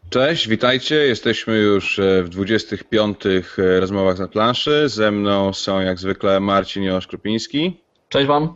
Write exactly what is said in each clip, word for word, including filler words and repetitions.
Cześć, witajcie. Jesteśmy już w dwudziestych piątych rozmowach na planszy. Ze mną są jak zwykle Marcin Josz-Krupiński. Cześć Wam.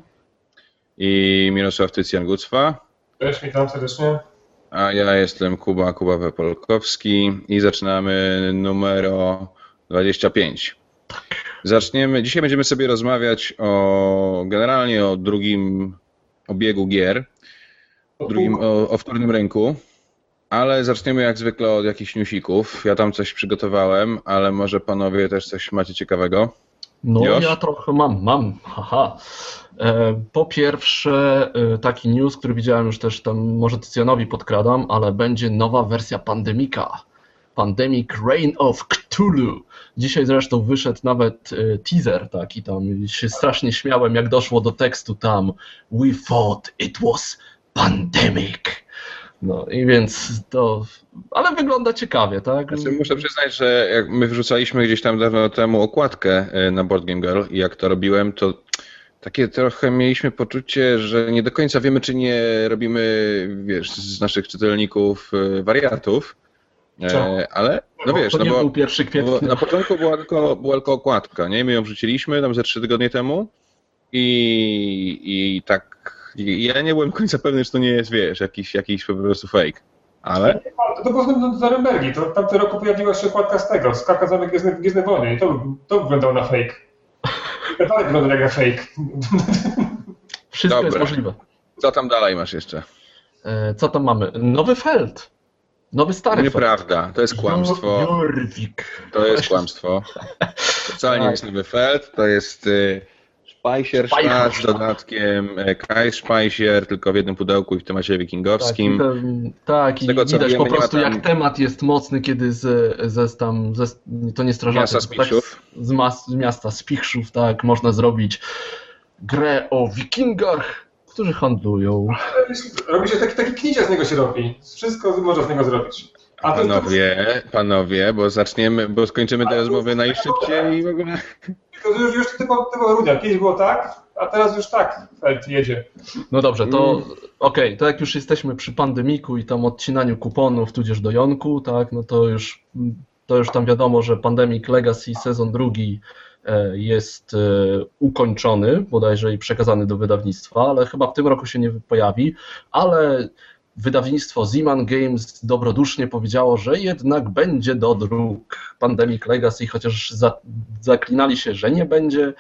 I Mirosław Tycjan-Gucwa. Cześć, witam serdecznie. A ja jestem Kuba, Kuba Wepolkowski i zaczynamy numero dwadzieścia pięć. Zaczniemy, dzisiaj będziemy sobie rozmawiać o generalnie o drugim obiegu gier, drugim, o, o wtórnym rynku. Ale zaczniemy jak zwykle od jakichś newsików. Ja tam coś przygotowałem, ale może panowie też coś macie ciekawego? No Josz? Ja trochę mam, mam, haha. Po pierwsze taki news, który widziałem już też tam, może Tycjanowi podkradam, ale będzie nowa wersja Pandemika. Pandemic Reign of Cthulhu. Dzisiaj zresztą wyszedł nawet teaser taki tam, się strasznie śmiałem jak doszło do tekstu tam We thought it was pandemic. No i więc to, ale wygląda ciekawie, tak? Znaczy, muszę przyznać, że jak my wrzucaliśmy gdzieś tam dawno temu okładkę na Board Game Girl i jak to robiłem, to takie trochę mieliśmy poczucie, że nie do końca wiemy, czy nie robimy, wiesz, z naszych czytelników wariatów, Co? ale no wiesz, to no nie bo, był pierwszy kwietnia. bo na początku była tylko, była tylko okładka, nie? My ją wrzuciliśmy tam ze trzy tygodnie temu i, i tak ja nie byłem do końca pewny, czy to nie jest, wiesz, jakiś, jakiś po prostu fake, ale... To, to było z Norymbergi, to w tamtym roku pojawiła się okładka z tego, z Kaka Zamek Gwiezdne, Gwiezdne Wojny i to, to wyglądało na fake. I dalej wygląda jak na fake. Wszystko Dobra. jest możliwe. Co tam dalej masz jeszcze? Co tam mamy? Nowy Feld. Nowy stary Feld. Nieprawda, to jest kłamstwo. Jorvik. To jest kłamstwo. To wcale nie Tak. jest nowy Feld, to jest y, Speicherstadt z dodatkiem y, Kreisspeicher, tylko w jednym pudełku i w temacie wikingowskim. Tak, i, to, tak, Z tego, i co widać wiemy, po nie ma prostu tam- jak temat jest mocny, kiedy z, ze, tam, ze, to nie strażacy, Miasta tak, Spichrzów. z, mas, z miasta Spichrzów, tak, można zrobić grę o wikingach, którzy handlują. Robi się taki, taki knicia z niego się robi. Wszystko można z niego zrobić. A to, Panowie, panowie, bo zaczniemy, bo skończymy te Ale to- rozmowy najszybciej i w ogóle... to, to już, już typowo, typowo Rudia. Kiedyś było tak, a teraz już tak Feld jedzie. No dobrze, to Mm. okej, to jak już jesteśmy przy pandemiku i tam odcinaniu kuponów, tudzież dojonku, tak, no to już, to już tam wiadomo, że Pandemic Legacy sezon drugi e, jest e, ukończony, bodajże i przekazany do wydawnictwa, ale chyba w tym roku się nie pojawi, ale wydawnictwo Zeman Games dobrodusznie powiedziało, że jednak będzie do druk Pandemic Legacy, chociaż za, zaklinali się, że nie będzie.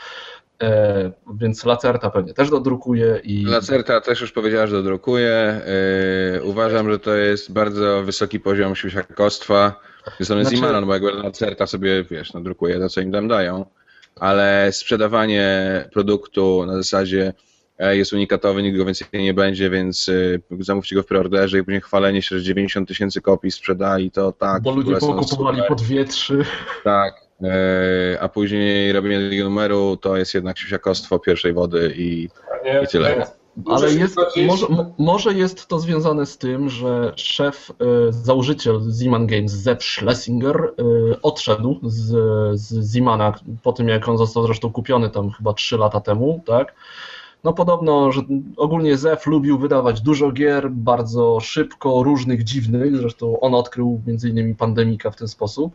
E, więc Lacerta pewnie też dodrukuje i Lacerta też już powiedziała, że dodrukuje. Yy, uważam, że to jest bardzo wysoki poziom siusiakostwa ze strony Znaczy- Zimana, no bo jakby Lacerta sobie, wiesz, no, drukuje to, co im tam dają, ale sprzedawanie produktu na zasadzie e, jest unikatowy, nigdy go więcej nie będzie, więc y, zamówcie go w preorderze i później chwalenie się, że dziewięćdziesiąt tysięcy kopii sprzedali, to tak. bo w ludzie ogóle są pokupowali super. po dwie, trzy. Tak, e, a później robienie tego numeru to jest jednak siusiakostwo pierwszej wody i Nie? I tyle. Muszę Ale się jest, zgodzić. może, mo- może jest to związane z tym, że szef, e, założyciel Zeman Games, Zev Schlesinger, e, odszedł z, z Zemana po tym, jak on został zresztą kupiony tam chyba trzy lata temu, tak? No podobno, że ogólnie Zev lubił wydawać dużo gier, bardzo szybko, różnych, dziwnych, zresztą on odkrył między innymi Pandemika w ten sposób.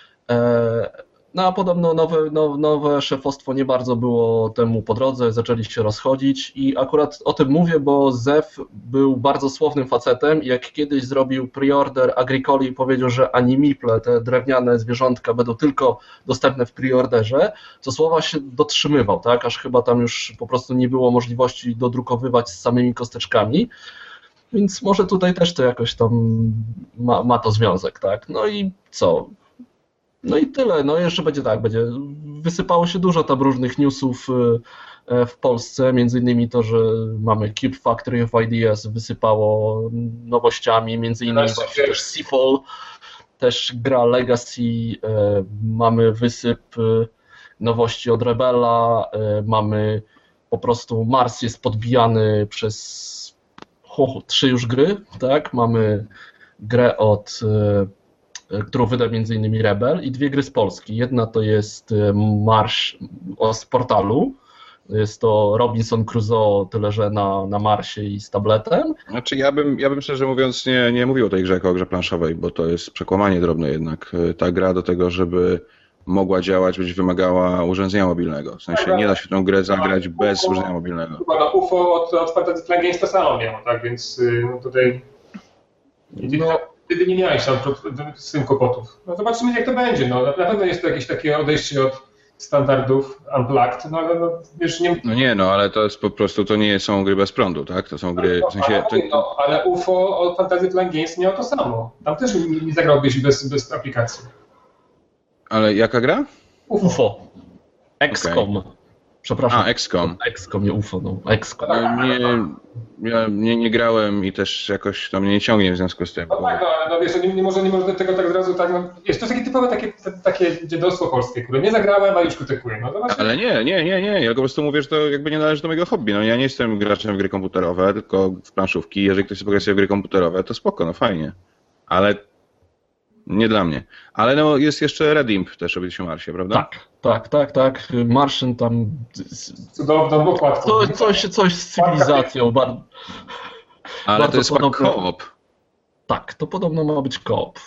E, No a podobno nowe, no, nowe szefostwo nie bardzo było temu po drodze, zaczęli się rozchodzić i akurat o tym mówię, bo Zev był bardzo słownym facetem i jak kiedyś zrobił preorder Agricoli i powiedział, że animiple, te drewniane zwierzątka będą tylko dostępne w preorderze, to słowa się dotrzymywał, tak, aż chyba tam już po prostu nie było możliwości dodrukowywać z samymi kosteczkami. Więc może tutaj też to jakoś tam ma, ma to związek, tak? No i co? No i tyle. No jeszcze będzie tak, będzie wysypało się dużo tam różnych newsów e, w Polsce, między innymi to, że mamy Cube Factory of Ideas wysypało nowościami, między innymi właśnie też Seafall, też gra Legacy, e, mamy wysyp e, nowości od Rebela, e, mamy po prostu Mars jest podbijany przez ho, trzy już gry, tak? Mamy grę od e, którą wyda między innymi Rebel i dwie gry z Polski. Jedna to jest Marsz z portalu, Jest to Robinson Crusoe, tyle że na, na Marsie i z tabletem. Znaczy ja bym, ja bym szczerze mówiąc nie, nie mówił o tej grze jako o grze planszowej, bo to jest przekłamanie drobne jednak. Ta gra do tego, żeby mogła działać, będzie wymagała urządzenia mobilnego. W sensie nie da się tę grę zagrać bez urządzenia mobilnego. Chyba no U F O od, od Fantasy Flight Games to samo miało, tak? Więc no tutaj no, wtedy nie miałeś tam z tym kłopotów. No zobaczymy jak to będzie. No, na pewno jest to jakieś takie odejście od standardów Unplugged, no ale no, wiesz, nie... No nie, no ale to jest po prostu, to nie są gry bez prądu, tak? To są gry, w sensie... To... No, ale U F O od Fantasy Flight Games miało to samo. Tam też nie, nie zagrałbyś bez, bez aplikacji. Ale jaka gra? U F O. X COM. Okay. Przepraszam. A, X COM. X COM, nie U F O, no. X COM. No, nie, ja nie, nie grałem i też jakoś tam mnie nie ciągnie w związku z tym. No tak, no ale no, wiesz, nie, nie, może, nie można tego tak zrazu tak, no, wiesz, to jest takie typowe takie, takie dziadostwo polskie, które nie zagrałem, a już krytykuję. No, ale nie, nie, nie, nie, ja po prostu mówię, że to jakby nie należy do mojego hobby. No ja nie jestem graczem w gry komputerowe, tylko w planszówki. Jeżeli ktoś sobie sobie w gry komputerowe, to spoko, no fajnie. Ale nie dla mnie. Ale no jest jeszcze Red Imp też robi się Marsie, prawda? Tak, tak, tak, tak. Martian tam... Cudowną okładką. Co, coś, coś z cywilizacją. Bardzo, ale bardzo to jest podobno... koop. Tak, to podobno ma być koop.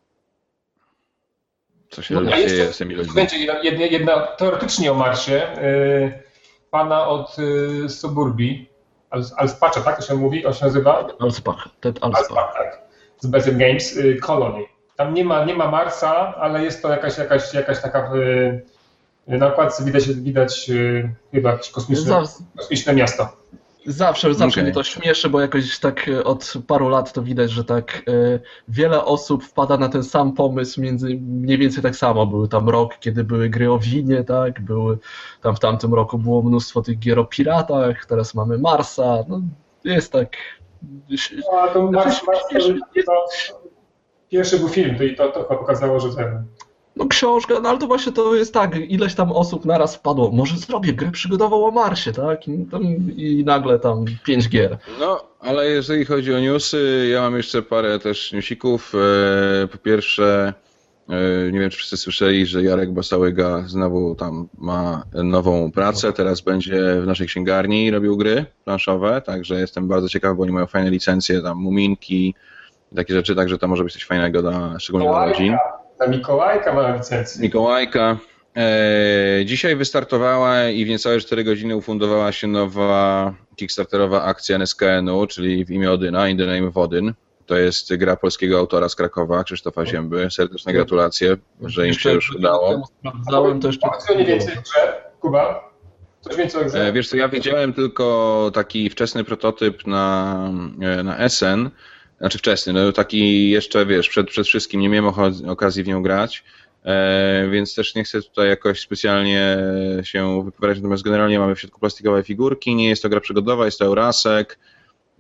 Co się no, dzieje z tymi ludźmi? Będzie jedna, jedna teoretycznie o Marsie. Yy, pana od yy, Suburbii, Alspacza, tak to się mówi? On się nazywa? Alspach, Ted Alspach. Tak. Z Basic Games, yy, Colony. Tam nie ma, nie ma Marsa, ale jest to jakaś, jakaś, jakaś taka, yy, na okładce widać, widać yy, chyba jakieś kosmiczne, Zaw... kosmiczne miasto. Zawsze, zawsze okay. mnie to śmieszy, bo jakoś tak od paru lat to widać, że tak y, wiele osób wpada na ten sam pomysł, między mniej więcej tak samo. Były tam rok, kiedy były gry o winie, tak, były tam w tamtym roku było mnóstwo tych gier o piratach, teraz mamy Marsa, no jest tak... No, a to Mars, Mars, to, to, pierwszy był film, to i to, to chyba pokazało, że ten... No książka, no ale to właśnie to jest tak, ileś tam osób naraz wpadło, może zrobię grę przygodową o Marsie, tak? I, tam, i nagle tam pięć gier. No, ale jeżeli chodzi o newsy, ja mam jeszcze parę też newsików. Po pierwsze, nie wiem, czy wszyscy słyszeli, że Jarek Basałyga znowu tam ma nową pracę, teraz będzie w naszej księgarni robił gry planszowe, także jestem bardzo ciekawy, bo oni mają fajne licencje, tam Muminki, takie rzeczy, także to może być coś fajnego, dla, szczególnie dla rodzin. Ta Mikołajka ma licencję. Mikołajka. E, dzisiaj wystartowała i w niecałe cztery godziny ufundowała się nowa kickstarterowa akcja N S K N-u, czyli w imię Odyna, In the Name of Odyn. To jest gra polskiego autora z Krakowa, Krzysztofa Zięby. Serdeczne gratulacje, że im się już udało. Sprawdzałem to jeszcze... Co nie więcej w grze, Kuba? Coś więcej o grze? E, wiesz co, ja widziałem tylko taki wczesny prototyp na, na S N. Znaczy wczesny, no taki jeszcze, wiesz, przed, przed wszystkim nie miałem okazji w nią grać, e, więc też nie chcę tutaj jakoś specjalnie się wypowiadać, natomiast generalnie mamy w środku plastikowe figurki, nie jest to gra przygodowa, jest to Eurasek e,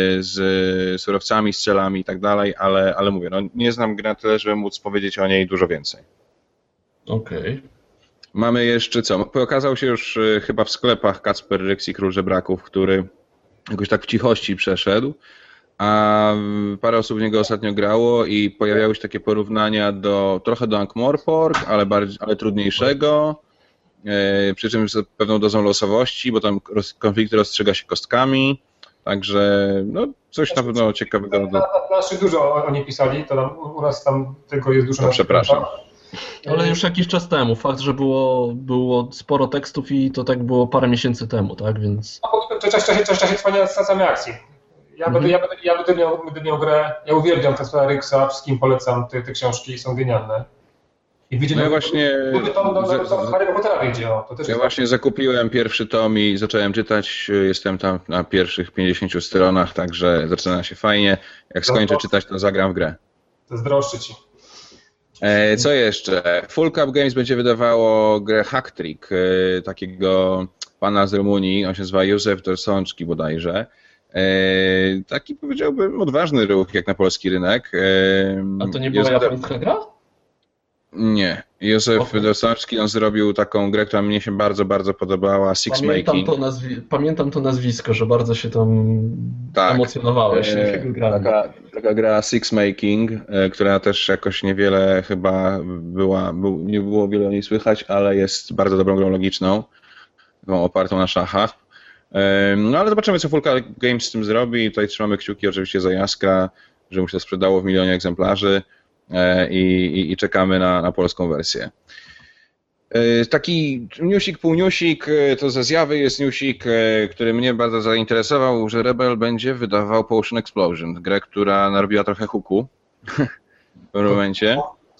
z surowcami, strzelami i tak dalej, ale, ale mówię, no nie znam gry na tyle, żeby móc powiedzieć o niej dużo więcej. Okej. Okay. Mamy jeszcze co? Pokazał się już chyba w sklepach Kacper Ryks i Król Żebraków, który jakoś tak w cichości przeszedł. A parę osób w niego ostatnio grało i pojawiały się takie porównania do trochę do Ankh-Morpork, ale, bardziej, ale trudniejszego, e, przy czym z pewną dozą losowości, bo tam roz, konflikty rozstrzyga się kostkami, także no, coś na pewno ciekawego. Na, na planszy dużo oni pisali, to tam, u nas tam tylko jest dużo... No, przepraszam. Ale już jakiś czas temu, fakt, że było, było sporo tekstów i to tak było parę miesięcy temu, tak, więc... No, to czasie, czasie, czasie trwania samej akcji. Ja, mm-hmm. będę, ja, będę, ja będę, miał, będę miał grę, ja uwielbiam Kaspera Ryksa, wszystkim polecam, te, te książki są genialne. I widzę, no ja właśnie... To, no, no, to Harry'ego Pottera wyjdzie, o, to też Ja właśnie zakupiłem pierwszy tom i zacząłem czytać, jestem tam na pierwszych pięćdziesięciu stronach, także zaczyna się fajnie. Jak skończę czytać, to zagram w grę. To zdroszczy ci. E, co jeszcze? Full Cup Games będzie wydawało grę Hack Trick, e, takiego pana z Rumunii, on się nazywa Józef Dorsączki bodajże. E, taki powiedziałbym odważny ruch jak na polski rynek. E, A to nie była Józef... japońska gra? Nie. Józef okay. Dorsączki, on zrobił taką grę, która mnie się bardzo, bardzo podobała, Six Pamiętam Making. To nazwi... Pamiętam to nazwisko, że bardzo się tam tak. emocjonowałeś. E, taka, taka gra Six Making, e, która też jakoś niewiele chyba była, był, nie było wiele o niej słychać, ale jest bardzo dobrą grą logiczną. taką opartą na szachach. No ale zobaczymy, co Full Car Games z tym zrobi. Tutaj trzymamy kciuki oczywiście za Jaskra, że mu się sprzedało w milionie egzemplarzy i, i, i czekamy na, na polską wersję. Taki newsik, półnewsik, to ze zjawy jest newsik, który mnie bardzo zainteresował, że Rebel będzie wydawał Potion Explosion, grę, która narobiła trochę huku w pewnym momencie.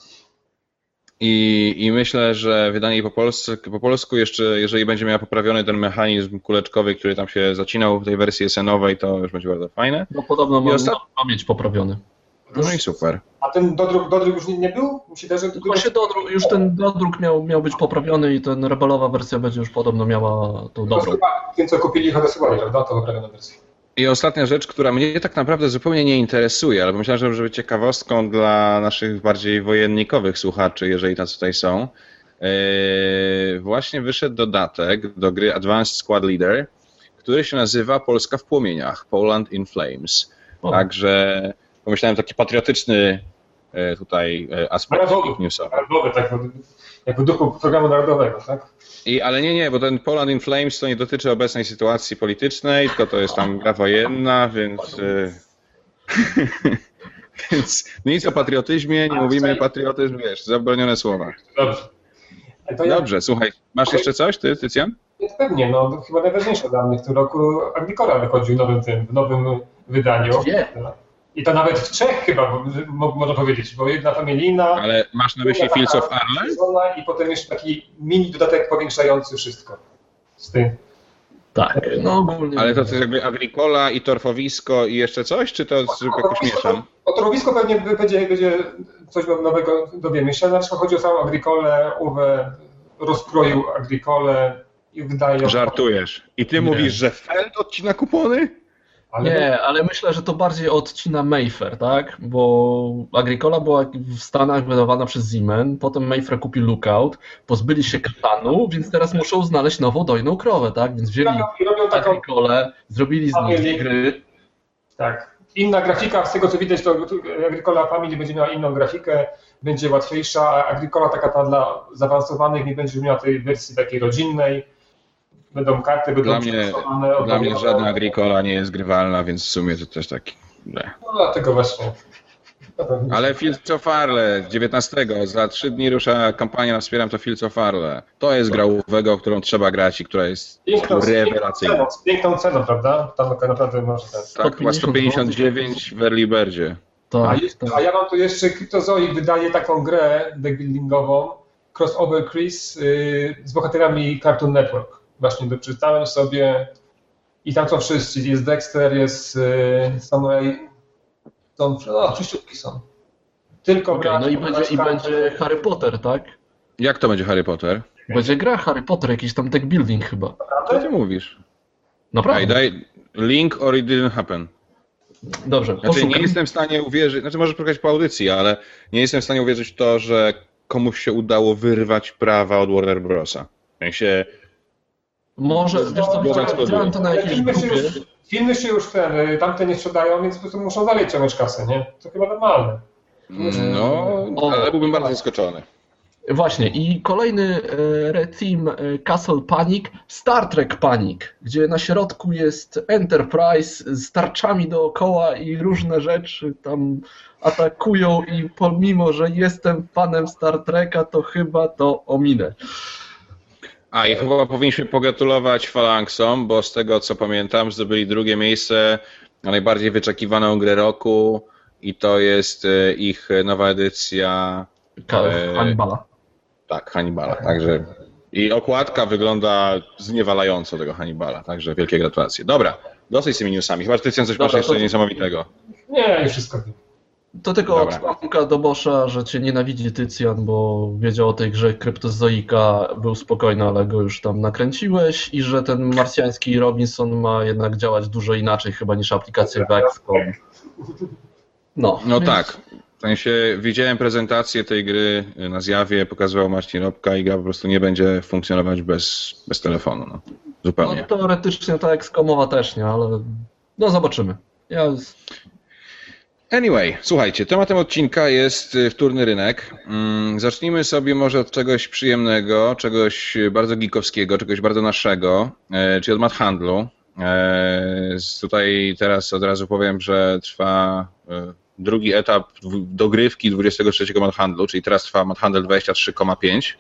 I, I myślę, że wydanie jej po, polsku, po polsku jeszcze, jeżeli będzie miała poprawiony ten mechanizm kuleczkowy, który tam się zacinał w tej wersji esenowej, to już będzie bardzo fajne. No podobno ma, ostat... ma mieć poprawiony. No i super. A ten dodruk, dodruk już nie, nie był? Myślę, że... Właśnie dodruk, już ten dodruk miał, miał być poprawiony i ten rebelowa wersja będzie już podobno miała tą dobrą. Tym, co kupili ich odesłali, prawda? To poprawioną wersję. I ostatnia rzecz, która mnie tak naprawdę zupełnie nie interesuje, ale myślałem, że może być ciekawostką dla naszych bardziej wojennikowych słuchaczy, jeżeli tacy tutaj są. Yy, właśnie wyszedł dodatek do gry Advanced Squad Leader, który się nazywa Polska w płomieniach, Poland in Flames. O. Także pomyślałem taki patriotyczny tutaj aspekt newsowy. Narodowy, tak, jak w duchu programu narodowego, tak? I, ale nie, nie, bo ten Poland in Flames to nie dotyczy obecnej sytuacji politycznej, tylko to jest tam gra wojenna, więc... więc nic o patriotyzmie, nie mówimy patriotyzm, wiesz, zabronione słowa. Dobrze. Ja... Dobrze, słuchaj, masz jeszcze coś, ty, Tycjan? Pewnie, no chyba najważniejsze dla mnie w tym roku Agricola wychodził w nowym, tym, w nowym wydaniu. Gdzie? I to nawet w trzech chyba, bo, można powiedzieć, bo jedna familijna... Ale masz na myśli Fields of Arle? I potem jeszcze taki mini dodatek powiększający wszystko. Z tym. Tak, no ogólnie. Ale to jest jakby Agricola i torfowisko i jeszcze coś, czy to jakoś mieszam? O torfowisko pewnie będzie, będzie coś nowego, dowiemy się. Na przykład chodzi o całą Agricolę, Uwe rozkroił Agricolę i wydaje... Żartujesz. I ty nie. mówisz, że Feld odcina kupony? Ale nie, ale myślę, że to bardziej odcina Mayfair, tak? Bo Agricola była w Stanach wydawana przez Siemens, potem Mayfair kupił Lookout, pozbyli się Katanu, więc teraz muszą znaleźć nową dojną krowę, tak? Więc wzięli I robią taką... Agricolę, zrobili z niej dwie gry. Tak. Inna grafika, z tego co widać, to Agricola Family będzie miała inną grafikę, będzie łatwiejsza, a Agricola taka ta dla zaawansowanych nie będzie miała tej wersji takiej rodzinnej. Będą karty, będą Dla mnie, dla mnie żadna Agricola nie jest grywalna, więc w sumie to też taki... Nie. No dlatego właśnie. Ale Fields of Arle dziewiętnastego, za trzy dni rusza kampania na Wspieram to Fields of Arle. To jest gra Uwego, którą trzeba grać i która jest piękną, rewelacyjna. Z piękną ceną, prawda? Tam naprawdę może ten... Tak, chyba sto pięćdziesiąt dziewięć w Early Birdzie. Tak, a, jest, tak. a ja mam tu jeszcze, Cryptozoic wydaje taką grę deckbuildingową, Crossover Chris yy, z bohaterami Cartoon Network. Właśnie doczytałem sobie i tam są wszyscy, jest Dexter, jest yy, Samurai, są, no wszyscy są. Tylko okay, no i będzie, i będzie Harry Potter, tak? Jak to będzie Harry Potter? Będzie gra Harry Potter, jakiś tam deck building chyba. Co ty mówisz? Naprawdę? Daj, daj link or it didn't happen. Dobrze, znaczy, nie jestem w stanie uwierzyć, znaczy może szukać po audycji, ale nie jestem w stanie uwierzyć w to, że komuś się udało wyrwać prawa od Warner Brosa. W sensie... Może, wiesz co, widziałem to na jakiejś filmy grupie. Się już, filmy się już ten, tamte nie sprzedają, więc po prostu muszą dalej ciągnąć kasę, nie? To chyba normalne. No, ale byłbym bardzo zaskoczony. Właśnie i kolejny reteam Castle Panic, Star Trek Panic, gdzie na środku jest Enterprise z tarczami dookoła i różne rzeczy tam atakują i pomimo, że jestem fanem Star Treka, to chyba to ominę. A i chyba powinniśmy pogratulować Phalanxom, bo z tego co pamiętam zdobyli drugie miejsce na najbardziej wyczekiwaną grę roku i to jest ich nowa edycja Hannibala. Tak, Hannibala, także i okładka wygląda zniewalająco tego Hannibala, także wielkie gratulacje. Dobra, dosyć z tymi newsami, chyba że Tycjan coś masz jeszcze to... niesamowitego. Nie, już wszystko. To tylko odsłonka do Boscha, że cię nienawidzi Tycjan, bo wiedział o tej grze Kryptozoika, był spokojny, ale go już tam nakręciłeś i że ten marsjański Robinson ma jednak działać dużo inaczej chyba niż aplikacje w X COM. No, no więc... tak. W sensie widziałem prezentację tej gry na zjawie, pokazywał Marcin Robka i gra po prostu nie będzie funkcjonować bez, bez telefonu. No. Zupełnie. No teoretycznie ta X COMowa też nie, ale no zobaczymy. Ja... Anyway, słuchajcie, tematem odcinka jest wtórny rynek. Zacznijmy sobie może od czegoś przyjemnego, czegoś bardzo geekowskiego, czegoś bardzo naszego, czyli od Mad Handlu. Tutaj teraz od razu powiem, że trwa drugi etap dogrywki dwudziestego trzeciego Mad Handlu, czyli teraz trwa Mad Handel dwadzieścia trzy przecinek pięć.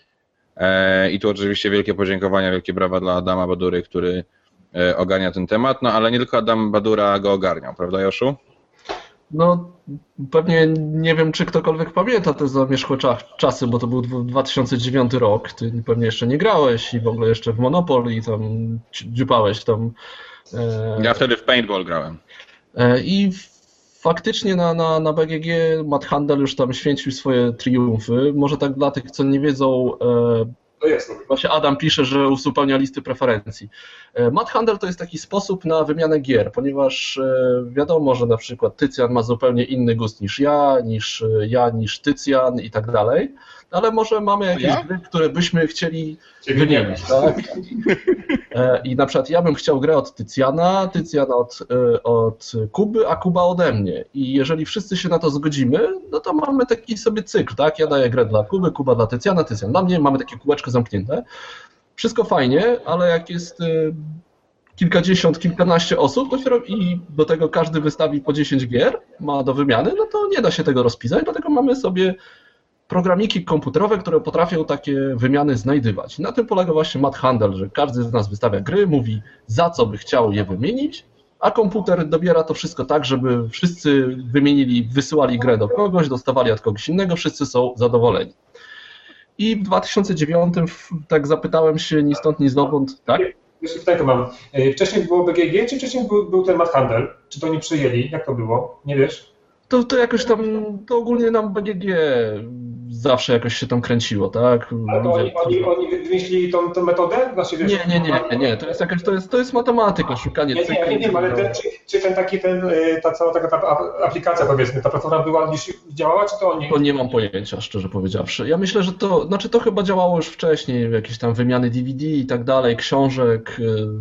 I tu oczywiście wielkie podziękowania, wielkie brawa dla Adama Badury, który ogarnia ten temat, no ale nie tylko Adam Badura go ogarniał, prawda Joszu? No pewnie nie wiem, czy ktokolwiek pamięta te zamierzchłe czasy, bo to był dwa tysiące dziewiąty rok, ty pewnie jeszcze nie grałeś i w ogóle jeszcze w Monopoly i tam dziupałeś tam. Ja wtedy w Paintball grałem. I faktycznie na, na, na B G G Mad Handel już tam święcił swoje triumfy. Może tak dla tych, co nie wiedzą, to jest. Właśnie Adam pisze, że uzupełnia listy preferencji. Mad Handel to jest taki sposób na wymianę gier, ponieważ wiadomo, że na przykład Tycjan ma zupełnie inny gust niż ja, niż ja, niż Tycjan i tak dalej, ale może mamy jakieś ja? gry, które byśmy chcieli Ciebie wymienić. Tak? I na przykład ja bym chciał grę od Tycjana, Tycjan od, od Kuby, a Kuba ode mnie. I jeżeli wszyscy się na to zgodzimy, no to mamy taki sobie cykl, tak? Ja daję grę dla Kuby, Kuba dla Tycjana, Tycjan dla mnie, mamy takie kółeczko zamknięte. Wszystko fajnie, ale jak jest kilkadziesiąt, kilkanaście osób dopiero i do tego każdy wystawi po dziesięć gier, ma do wymiany, no to nie da się tego rozpisać, dlatego mamy sobie programiki komputerowe, które potrafią takie wymiany znajdywać. Na tym polega właśnie Mad Handel, że każdy z nas wystawia gry, mówi za co by chciał je wymienić, a komputer dobiera to wszystko tak, żeby wszyscy wymienili, wysyłali grę do kogoś, dostawali od kogoś innego, wszyscy są zadowoleni. I w dwa tysiące dziewiątym tak zapytałem się ni stąd, ni zowąd, tak? Jeszcze pytanie mam. Wcześniej było B G G, czy wcześniej był, był ten Mad Handel? Czy to nie przyjęli? Jak to było? Nie wiesz? To, to jakoś tam, to ogólnie nam B G G zawsze jakoś się tam kręciło, tak? Ale to oni, oni, oni wymyślili tą, tą metodę? Znaczy, wiesz, nie, nie, nie, nie, to jest jakaś, to jest, to jest matematyka, szukanie cykli. Nie, nie, nie, nie, ale ten, czy, czy ten taki, ten, ta cała taka ta aplikacja, powiedzmy, ta platforma była gdzieś działała, czy to oni? To nie mam pojęcia, szczerze powiedziawszy. Ja myślę, że to, znaczy to chyba działało już wcześniej, jakieś tam wymiany D V D i tak dalej, książek,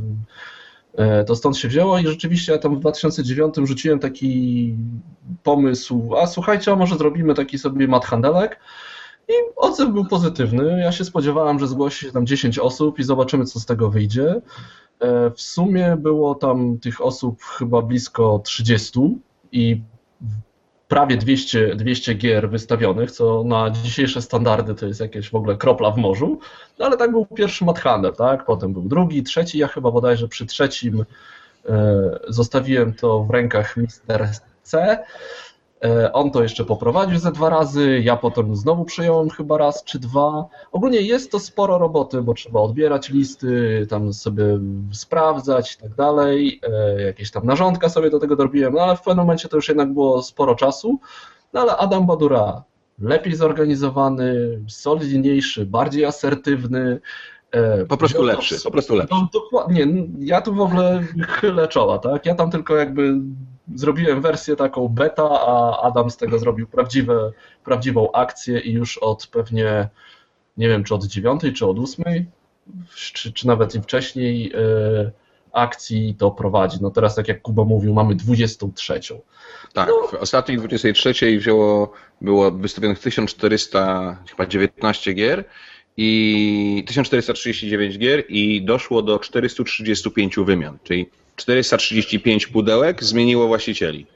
to stąd się wzięło i rzeczywiście ja tam w dwa tysiące dziewiątym rzuciłem taki pomysł, a słuchajcie, a może zrobimy taki sobie Mad Handelek. I odzew był pozytywny. Ja się spodziewałem, że zgłosi się tam dziesięć osób i zobaczymy, co z tego wyjdzie. W sumie było tam tych osób chyba blisko trzydziestu i prawie dwieście, dwieście gier wystawionych, co na dzisiejsze standardy to jest jakieś w ogóle kropla w morzu. No ale tak był pierwszy Mad Handel, tak? Potem był drugi, trzeci. Ja chyba bodajże przy trzecim zostawiłem to w rękach mister C. On to jeszcze poprowadził ze dwa razy, ja potem znowu przejąłem chyba raz czy dwa. Ogólnie jest to sporo roboty, bo trzeba odbierać listy, tam sobie sprawdzać i tak dalej. Jakieś tam narządka sobie do tego dorobiłem, no ale w pewnym momencie to już jednak było sporo czasu. No ale Adam Badura lepiej zorganizowany, solidniejszy, bardziej asertywny. Po prostu lepszy, po prostu lepszy. No, dokładnie, ja tu w ogóle chylę czoła, tak? Ja tam tylko jakby zrobiłem wersję taką beta, a Adam z tego zrobił prawdziwe, prawdziwą akcję i już od pewnie, nie wiem, czy od dziewiątej, czy od ósmej, czy, czy nawet i wcześniej yy, akcji to prowadzi. No teraz, tak jak Kuba mówił, mamy dwudziestą trzecią. Tak, no. W ostatniej dwudziestej trzeciej wzięło, było wystawionych tysiąc czterysta dziewiętnaście gier i tysiąc czterysta trzydzieści dziewięć gier i doszło do czterysta trzydzieści pięć wymian, czyli czterysta trzydzieści pięć pudełek zmieniło właścicieli.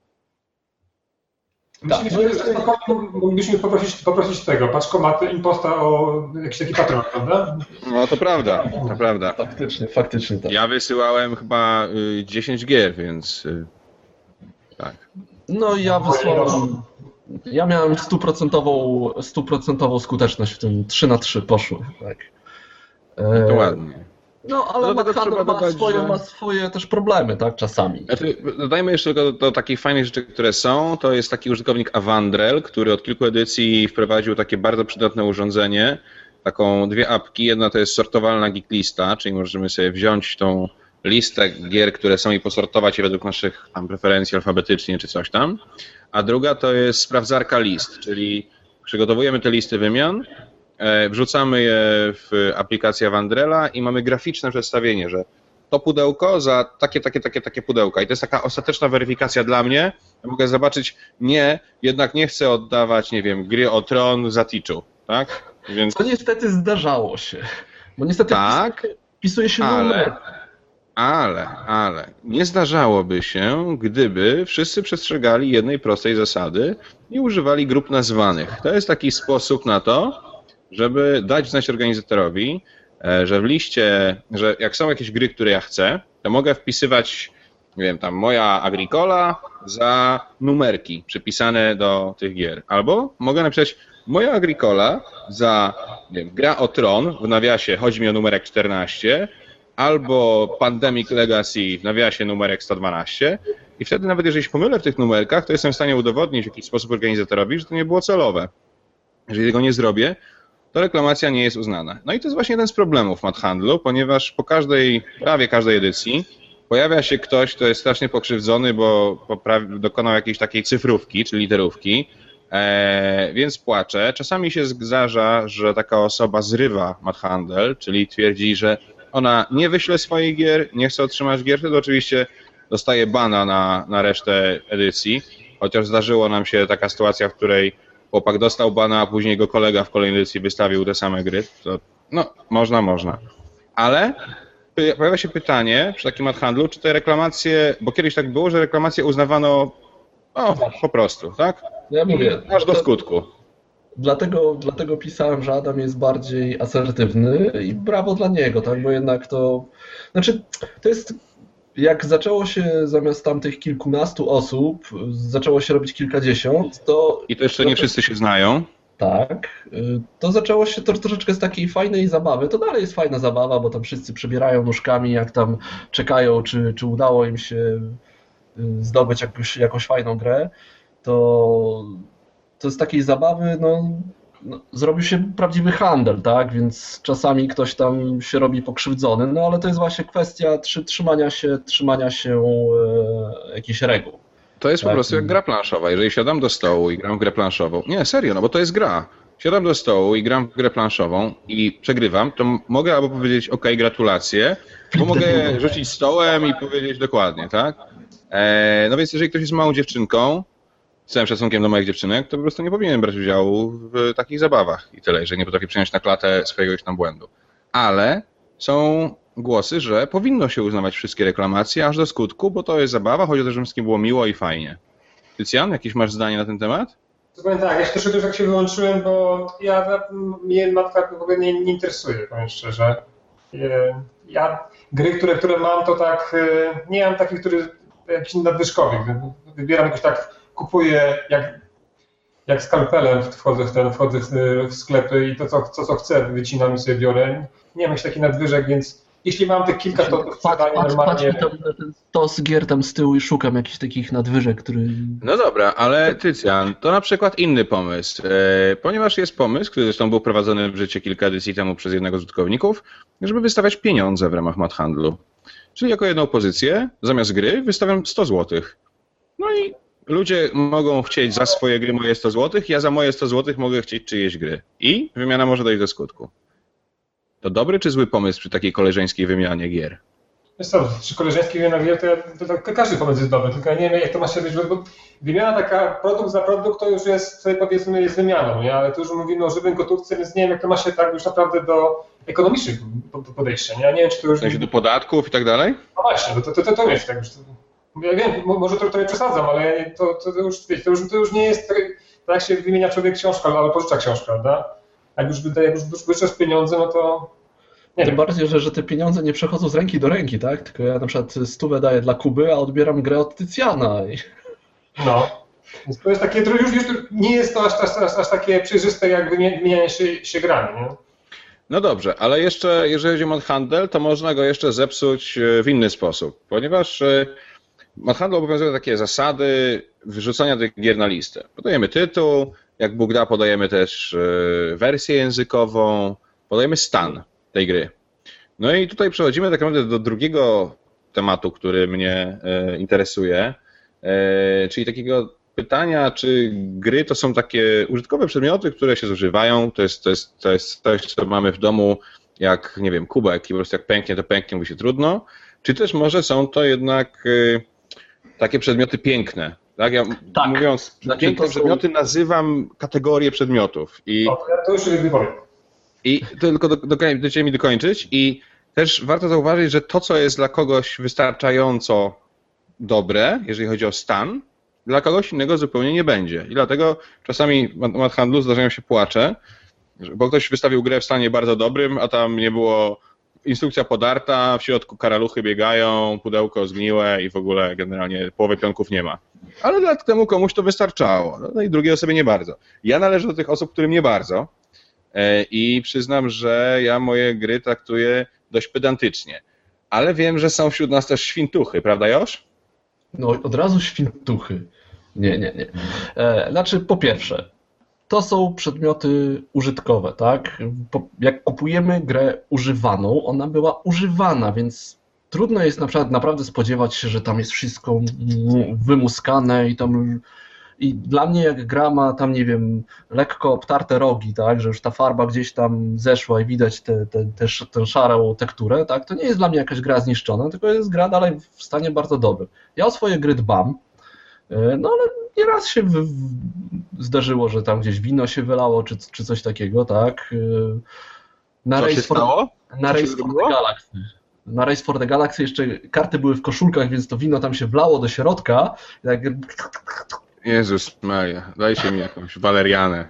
Tak. Myślę, że spokojnie moglibyśmy poprosić, poprosić tego paczkomatu imposta o jakiś taki patron, prawda? No to prawda, to prawda. Faktycznie, faktycznie tak. Ja wysyłałem chyba dziesięć gier, więc tak. No ja wysłałem, ja miałem stuprocentową, stuprocentową skuteczność w tym, trzy na trzy poszło. Tak. To ładnie. No, ale Mad Handel ma, dodać, swoje, że... ma swoje też problemy, tak, czasami. Znaczy, dodajmy jeszcze do, do takich fajnych rzeczy, które są. To jest taki użytkownik Avandrel, który od kilku edycji wprowadził takie bardzo przydatne urządzenie, taką dwie apki. Jedna to jest sortowalna geek lista, czyli możemy sobie wziąć tą listę gier, które są i posortować je według naszych tam preferencji alfabetycznie czy coś tam. A druga to jest sprawdzarka list, czyli przygotowujemy te listy wymian, wrzucamy je w aplikację Avandrela i mamy graficzne przedstawienie, że to pudełko za takie, takie, takie, takie pudełka. I to jest taka ostateczna weryfikacja dla mnie. Ja mogę zobaczyć, nie, jednak nie chcę oddawać, nie wiem, gry o Tron za Teachu, tak? Więc... To niestety zdarzało się, bo niestety tak, wpisuje się ale, numer. ale, ale nie zdarzałoby się, gdyby wszyscy przestrzegali jednej prostej zasady i używali grup nazwanych. To jest taki sposób na to, żeby dać znać organizatorowi, że w liście, że jak są jakieś gry, które ja chcę, to mogę wpisywać, nie wiem, tam moja Agricola za numerki przypisane do tych gier. Albo mogę napisać moja Agricola za, nie wiem, gra o Tron, w nawiasie chodzi mi o numerek czternaście, albo Pandemic Legacy w nawiasie numerek sto dwanaście i wtedy nawet jeżeli się pomylę w tych numerkach, to jestem w stanie udowodnić w jakiś sposób organizatorowi, że to nie było celowe. Jeżeli tego nie zrobię, to reklamacja nie jest uznana. No i to jest właśnie jeden z problemów w MadHandlu, ponieważ po każdej, prawie każdej edycji pojawia się ktoś, kto jest strasznie pokrzywdzony, bo poprawi, dokonał jakiejś takiej cyfrówki, czy literówki, e, więc płacze. Czasami się zdarza, że taka osoba zrywa MadHandle, czyli twierdzi, że ona nie wyśle swoich gier, nie chce otrzymać gier, wtedy oczywiście dostaje bana na, na resztę edycji, chociaż zdarzyło nam się taka sytuacja, w której chłopak dostał bana, a później jego kolega w kolejnej edycji wystawił te same gry, to no, można, można. Ale pojawia się pytanie przy takim MadHandlu, czy te reklamacje, bo kiedyś tak było, że reklamacje uznawano o, po prostu, tak? Ja mówię, aż do skutku. Dlatego, dlatego pisałem, że Adam jest bardziej asertywny i brawo dla niego, tak? Bo jednak to, znaczy to jest, jak zaczęło się zamiast tamtych kilkunastu osób, zaczęło się robić kilkadziesiąt, to... I to jeszcze nie wszyscy się znają. Tak, to zaczęło się to troszeczkę z takiej fajnej zabawy, to dalej jest fajna zabawa, bo tam wszyscy przebierają nóżkami, jak tam czekają, czy, czy udało im się zdobyć jakąś, jakąś fajną grę, to... To z takiej zabawy, no, no, zrobił się prawdziwy handel, tak? Więc czasami ktoś tam się robi pokrzywdzony, no ale to jest właśnie kwestia trzy, trzymania się, trzymania się e, jakichś reguł. To jest tak? po prostu jak gra planszowa. Jeżeli siadam do stołu i gram w grę planszową, nie, serio, no bo to jest gra. Siadam do stołu i gram w grę planszową i przegrywam, to mogę albo powiedzieć ok, gratulacje, bo mogę rzucić stołem i powiedzieć dokładnie, tak? E, no więc jeżeli ktoś jest małą dziewczynką, z całym szacunkiem do moich dziewczynek, to po prostu nie powinien brać udziału w takich zabawach i tyle, że nie potrafi przyjąć na klatę swojego już tam błędu. Ale są głosy, że powinno się uznawać wszystkie reklamacje aż do skutku, bo to jest zabawa, chodzi o to, żeby wszystkim było miło i fajnie. Tycjan, jakieś masz zdanie na ten temat? To powiem tak, ja się troszeczkę tak się wyłączyłem, bo ja, mnie matka w ogóle nie, nie interesuje, powiem szczerze. Ja gry, które, które mam, to tak, nie mam takich, które jakichś nadwyżkowych. Wybieram jakoś tak, kupuję jak, jak skalpelem, wchodzę w, ten, wchodzę w sklepy i to, co, co, co chcę, wycinam i sobie biorę. Nie mam jakichś takich nadwyżek, więc jeśli mam tych kilka, to, to sprzedanie patrz, normalnie... Patrz mi tam ten stos gier tam z tyłu i szukam jakichś takich nadwyżek, który... No dobra, ale Tycjan, to na przykład inny pomysł, e, ponieważ jest pomysł, który zresztą był prowadzony w życie kilka edycji temu przez jednego z użytkowników, żeby wystawiać pieniądze w ramach MadHandlu. Czyli jako jedną pozycję, zamiast gry, wystawiam sto złotych. No i ludzie mogą chcieć za swoje gry moje sto złotych, ja za moje sto złotych mogę chcieć czyjeś gry. I wymiana może dojść do skutku. To dobry czy zły pomysł przy takiej koleżeńskiej wymianie gier? Wiesz co, przy koleżeńskiej wymianie gier to, ja, to, to każdy pomysł jest dobry, tylko ja nie wiem, jak to ma się być, bo wymiana taka produkt za produkt to już jest, powiedzmy, jest wymianą, nie? Ale tu już mówimy o żywym gotówce, więc nie wiem, jak to ma się tak już naprawdę do ekonomicznych podejścia, nie? Ja nie wiem, czy to już... W sensie do podatków i tak dalej? No właśnie, bo to, to, to, to jest tak już... Ja wiem, może to trochę przesadzam, ale to, to, to, już, wiecie, to, już, to już nie jest tak, jak się wymienia człowiek książkę albo pożycza książkę, prawda? Jak już wydaje, jak już wyższasz pieniądze, no to nie Tym wiem. bardziej, że, że te pieniądze nie przechodzą z ręki do ręki, tak? Tylko ja na przykład stówę daję dla Kuby, a odbieram grę od Tycjana. I... No. Więc to jest takie, to już, już nie jest to aż, aż, aż, aż takie przejrzyste jak wymienianie się, się grami, nie? No dobrze, ale jeszcze jeżeli chodzi o MadHandel, to można go jeszcze zepsuć w inny sposób, ponieważ MadHandel obowiązuje takie zasady wyrzucania tych gier na listę. Podajemy tytuł, jak Bóg da, podajemy też wersję językową, podajemy stan tej gry. No i tutaj przechodzimy tak naprawdę do drugiego tematu, który mnie interesuje, czyli takiego pytania, czy gry to są takie użytkowe przedmioty, które się zużywają, to jest, to jest, to jest coś, co mamy w domu, jak, nie wiem, kubek i po prostu jak pęknie, to pęknie, mówi się trudno, czy też może są to jednak y, takie przedmioty piękne. Tak? Ja Tak. mówiąc Znaczy, piękne to są- przedmioty, nazywam kategorię przedmiotów. I, O, to ja to już nie wypowiem. i tylko do, do, dajcie mi dokończyć. I też warto zauważyć, że to, co jest dla kogoś wystarczająco dobre, jeżeli chodzi o stan, dla kogoś innego zupełnie nie będzie. I dlatego czasami w temat handlu zdarzają się płacze, bo ktoś wystawił grę w stanie bardzo dobrym, a tam nie było instrukcja podarta, w środku karaluchy biegają, pudełko zgniłe i w ogóle generalnie połowy pionków nie ma. Ale dla temu komuś to wystarczało, no i drugiej osobie nie bardzo. Ja należę do tych osób, którym nie bardzo i przyznam, że ja moje gry traktuję dość pedantycznie. Ale wiem, że są wśród nas też świntuchy, prawda Josz? No od razu świntuchy. Nie, nie, nie. E, znaczy po pierwsze, to są przedmioty użytkowe, tak? Po, jak kupujemy grę używaną, ona była używana, więc trudno jest na przykład naprawdę spodziewać się, że tam jest wszystko wymuskane i tam... I dla mnie jak gra ma tam, nie wiem, lekko obtarte rogi, tak, że już ta farba gdzieś tam zeszła i widać tę te, te, te, tę szarą tekturę, tak, to nie jest dla mnie jakaś gra zniszczona, tylko jest gra dalej w stanie bardzo dobrym. Ja o swoje gry dbam, no ale nieraz się w, w, zdarzyło, że tam gdzieś wino się wylało, czy, czy coś takiego, tak. Na Co Race się for, stało? Na Race for the Galaxy. Na Race for the Galaxy jeszcze karty były w koszulkach, więc to wino tam się wlało do środka. Tak... Jezus Maria, dajcie mi jakąś walerianę.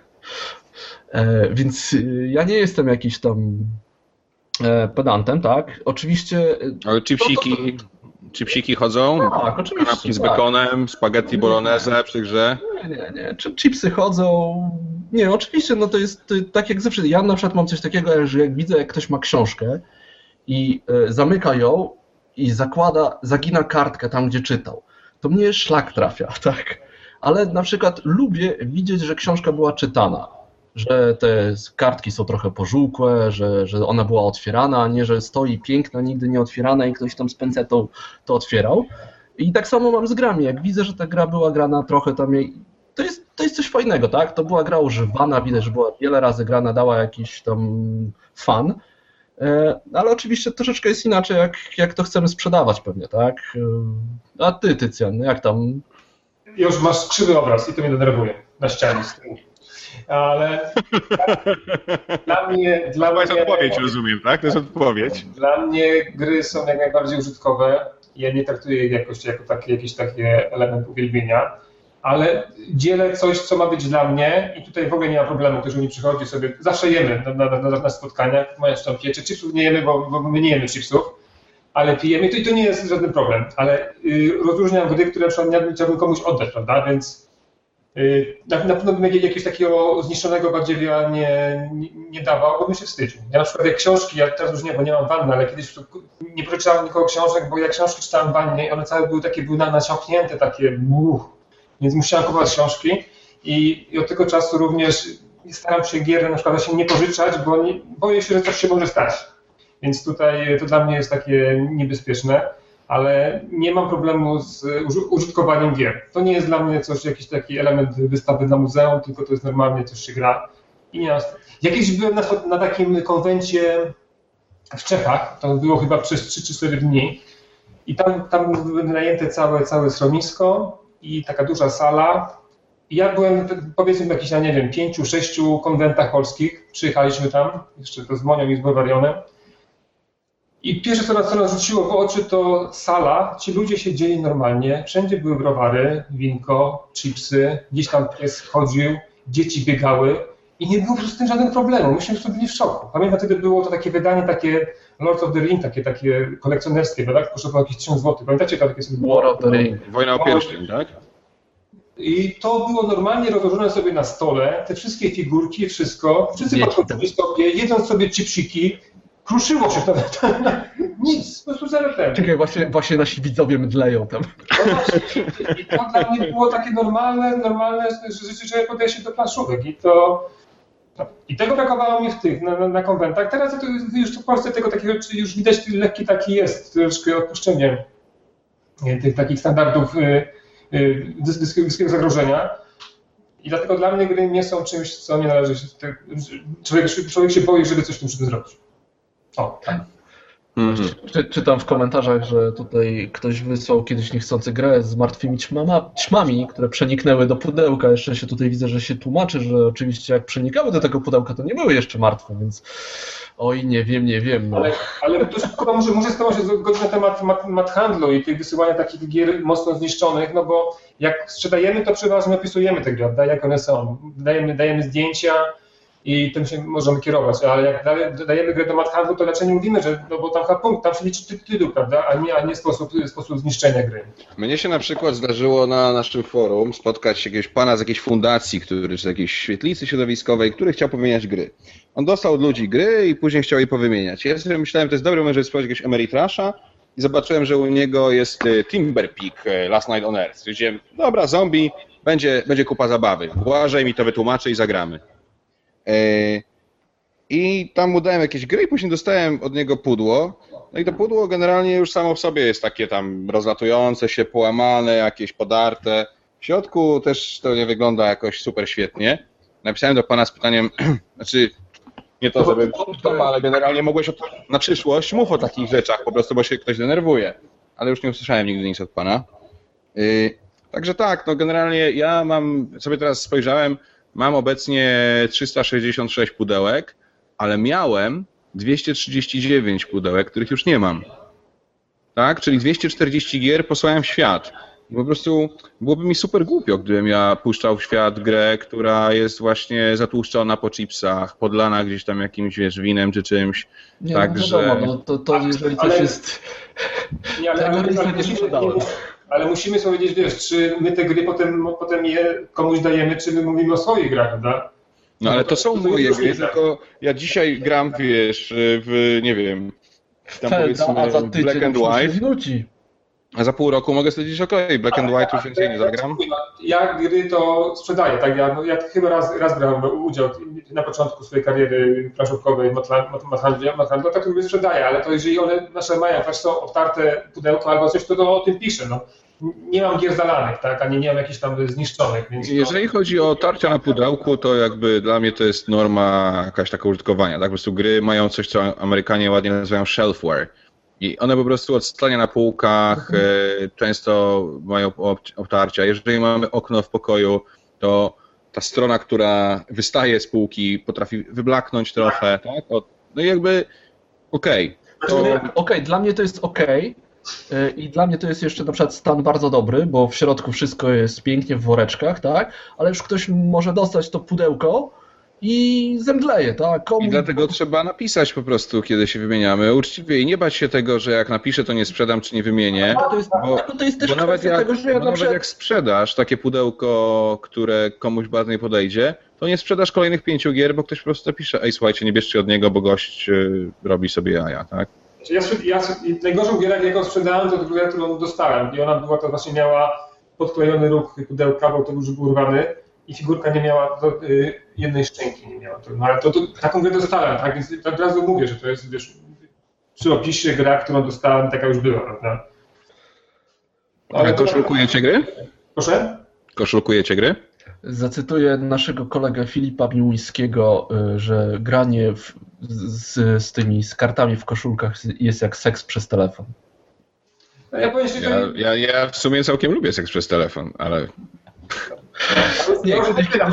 E, więc ja nie jestem jakiś tam e, pedantem, tak? Oczywiście... Ale chipsiki, chipsiki chodzą? Tak, oczywiście. Kanapki z tak. bekonem, spaghetti bolognese przy grze? Nie, nie, nie. Czy chipsy chodzą? Nie, oczywiście, no to jest to, tak jak zawsze. Ja na przykład mam coś takiego, że jak widzę, jak ktoś ma książkę i e, zamyka ją i zakłada, zagina kartkę tam, gdzie czytał, to mnie szlak trafia, tak? Ale na przykład lubię widzieć, że książka była czytana, że te kartki są trochę pożółkłe, że, że ona była otwierana, a nie, że stoi piękna, nigdy nie otwierana i ktoś tam z pencetą to otwierał. I tak samo mam z grami, jak widzę, że ta gra była grana trochę tam jej... To jest, to jest coś fajnego, tak? To była gra używana, widać, że była wiele razy grana, dała jakiś tam fan, ale oczywiście troszeczkę jest inaczej, jak, jak to chcemy sprzedawać pewnie, tak? A ty, Tycjan, jak tam... Już masz krzywy obraz i to mnie denerwuje na ścianie z tyłu. Ale dla mnie... Dla To jest mnie, odpowiedź, rozumiem, tak? To jest odpowiedź. Dla mnie gry są jak najbardziej użytkowe. Ja nie traktuję ich jakoś jako taki, jakiś taki element uwielbienia, ale dzielę coś, co ma być dla mnie i tutaj w ogóle nie ma problemu, ktoś mi przychodzi sobie, zawsze jemy na, na, na, na spotkaniach, moja tam piecze, chipsów nie jemy, bo, bo my nie jemy chipsów, ale pijemy, to i to nie jest żaden problem, ale y, rozróżniam gry, które na przykład nie chciałbym komuś oddać, prawda, więc y, na, na pewno bym jakiegoś takiego zniszczonego badziewiia nie, nie, nie dawał, bo bym się wstydził. Ja na przykład jak książki, ja teraz już nie, bo nie mam wanny, ale kiedyś nie pożyczałem nikogo książek, bo jak książki czytałem w wannie, one całe były takie, były naciągnięte, takie uch, więc musiałem kupować książki i, i od tego czasu również staram się gier na przykład się nie pożyczać, bo nie, boję się, że coś się może stać. Więc tutaj to dla mnie jest takie niebezpieczne, ale nie mam problemu z użytkowaniem gier. To nie jest dla mnie coś, jakiś taki element wystawy na muzeum, tylko to jest normalnie coś się gra. I nie ma... Ja kiedyś byłem na, na takim konwencie w Czechach, to było chyba przez trzy czy cztery dni i tam, tam było wynajęte całe, całe schronisko i taka duża sala. I ja byłem powiedzmy w jakichś, nie wiem, pięciu, sześciu konwentach polskich, przyjechaliśmy tam, jeszcze to z Monią i z Bawarianem. I pierwsze, co nas, co nas rzuciło w oczy, to sala. Ci ludzie siedzieli normalnie, wszędzie były browary, winko, chipsy, gdzieś tam pies chodził, dzieci biegały i nie było po prostu z tym żadnych problemów. Myśmy po prostu byli w szoku. Pamiętam, wtedy było to takie wydanie, takie Lord of the Ring, takie, takie kolekcjonerskie, tak? Kosztowało jakieś tysiąc złotych. Pamiętacie takie sobie? War of the Ring. Wojna o pierścień, tak? I to było normalnie rozłożone sobie na stole, te wszystkie figurki, wszystko, wszyscy podchodzili sobie, jedząc sobie chipsiki, kruszyło się to, nic, po prostu zero temu. Czekaj, właśnie, właśnie nasi widzowie mdleją tam. No właśnie, i to dla mnie było takie normalne, normalne, że człowiek podaje się do planszówek i to... I tego brakowało mi w tych, na, na, na konwentach. Teraz to już w Polsce tego takiego, już widać lekki taki jest, troszkę odpuszczenie tych takich standardów dyskiego zagrożenia. I dlatego dla mnie gry nie są czymś, co nie należy się... Człowiek, człowiek się boi, żeby coś w tym zrobić. O, tak. Mhm. Czy, czytam w komentarzach, że tutaj ktoś wysłał kiedyś niechcący grę z martwymi ćmama, ćmami, które przeniknęły do pudełka. Jeszcze się tutaj widzę, że się tłumaczy, że oczywiście jak przenikały do tego pudełka, to nie były jeszcze martwe, więc oj, nie wiem, nie wiem. No. Ale, ale to chyba może, może stało się zgodzić na temat mat, mat handlu i tych wysyłania takich gier mocno zniszczonych, no bo jak sprzedajemy, to przeważnie opisujemy te gry, jak one są. Dajemy, dajemy zdjęcia i tym się możemy kierować, ale jak dajemy grę do mat handlu, to raczej nie mówimy, że no bo tam chyba punkt, tam się liczy tytuł, prawda, a nie, a nie sposób, sposób zniszczenia gry. Mnie się na przykład zdarzyło na naszym forum spotkać jakiegoś pana z jakiejś fundacji, który, czy z jakiejś świetlicy środowiskowej, który chciał powymieniać gry. On dostał od ludzi gry i później chciał je powymieniać. Ja sobie myślałem, że to jest dobry moment, żeby sprawdzić jakiegoś Ameritrasha i zobaczyłem, że u niego jest Timber Peak Last Night on Earth. Stwierdziłem, dobra, zombie, będzie, będzie kupa zabawy. Błażej mi to wytłumaczy i zagramy. I tam mu dałem jakieś gry i później dostałem od niego pudło. No i to pudło generalnie już samo w sobie jest takie tam rozlatujące się, połamane, jakieś podarte. W środku też to nie wygląda jakoś super świetnie. Napisałem do pana z pytaniem, znaczy nie to, żeby to, ale generalnie mogłeś od, na przyszłość mów o takich rzeczach po prostu, bo się ktoś denerwuje. Ale już nie usłyszałem nigdy nic od pana. Yy, także tak, no generalnie ja mam, sobie teraz spojrzałem, mam obecnie trzysta sześćdziesiąt sześć pudełek, ale miałem dwieście trzydzieści dziewięć pudełek, których już nie mam. Tak? Czyli dwieście czterdzieści gier posłałem w świat. I po prostu byłoby mi super głupio, gdybym ja puszczał w świat grę, która jest właśnie zatłuszczona po chipsach, podlana gdzieś tam jakimś, wiesz, winem czy czymś. Nie, tak, no że... wiadomo, no to, to jeżeli coś ale, jest... Nie, ale, ale, ale, ale, nie musimy, sprzedałem. nie, ale musimy sobie powiedzieć, wiesz, czy my te gry potem, potem je komuś dajemy, czy my mówimy o swoich grach, prawda? No ale to są To moje jest gry, różnica. tylko ja dzisiaj gram, wiesz, w, nie wiem, tam Felda, a za powiedzmy tydzień Black and już mi się White, znuci. a za pół roku mogę stwierdzić, okej, Black and White już więcej nie zagram. Ja gry to sprzedaję, tak? Ja, no, ja chyba raz, raz brałem udział na początku swojej kariery planszówkowej w Mathandlu, tak to sprzedaję, ale to jeżeli one nasze mają, też są obtarte pudełko albo coś, to, to o tym piszę. No. Nie mam gier zalanych, tak? Ani nie mam jakichś tam zniszczonych. Więc to... Jeżeli chodzi o tarcia na pudełku, to jakby dla mnie to jest norma jakaś taka użytkowania, tak? Po prostu gry mają coś, co Amerykanie ładnie nazywają shelfware. I one po prostu od stania na półkach e, często mają obtarcia. Jeżeli mamy okno w pokoju, to ta strona, która wystaje z półki, potrafi wyblaknąć trochę, tak? O, no i jakby okej. To... Okay, Okej, okay, dla mnie to jest okej. Okay. I dla mnie to jest jeszcze na przykład stan bardzo dobry, bo w środku wszystko jest pięknie w woreczkach, tak? Ale już ktoś może dostać to pudełko i zemdleje, tak? Komu... I dlatego trzeba napisać po prostu, kiedy się wymieniamy, uczciwie i nie bać się tego, że jak napiszę, to nie sprzedam, czy nie wymienię. To jest, bo, to jest też bo nawet, jak, tego, że ja bo na nawet przykład... jak sprzedasz takie pudełko, które komuś bardziej podejdzie, to nie sprzedasz kolejnych pięciu gier, bo ktoś po prostu napisze, ej słuchajcie, nie bierzcie od niego, bo gość y, robi sobie jaja, tak? Ja, ja, najgorszą gierę, jaką sprzedałem, to grę, którą dostałem. I ona była, to właśnie miała podklejony róg pudełka, bo to już był urwany i figurka nie miała, to, y, jednej szczęki nie miała. To, no, ale to, to, taką grę dostałem, tak? Więc od razu mówię, że to jest, wiesz, przy opisie gra, którą dostałem, taka już była, prawda? Ale koszulkujecie gry? Proszę? Koszulkujecie gry? Zacytuję naszego kolegę Filipa Miłuńskiego, że granie w, z, z tymi z kartami w koszulkach jest jak seks przez telefon. No, ja, powiem, że Ja, ja, ja w sumie całkiem lubię seks przez telefon, ale... Nie, nie,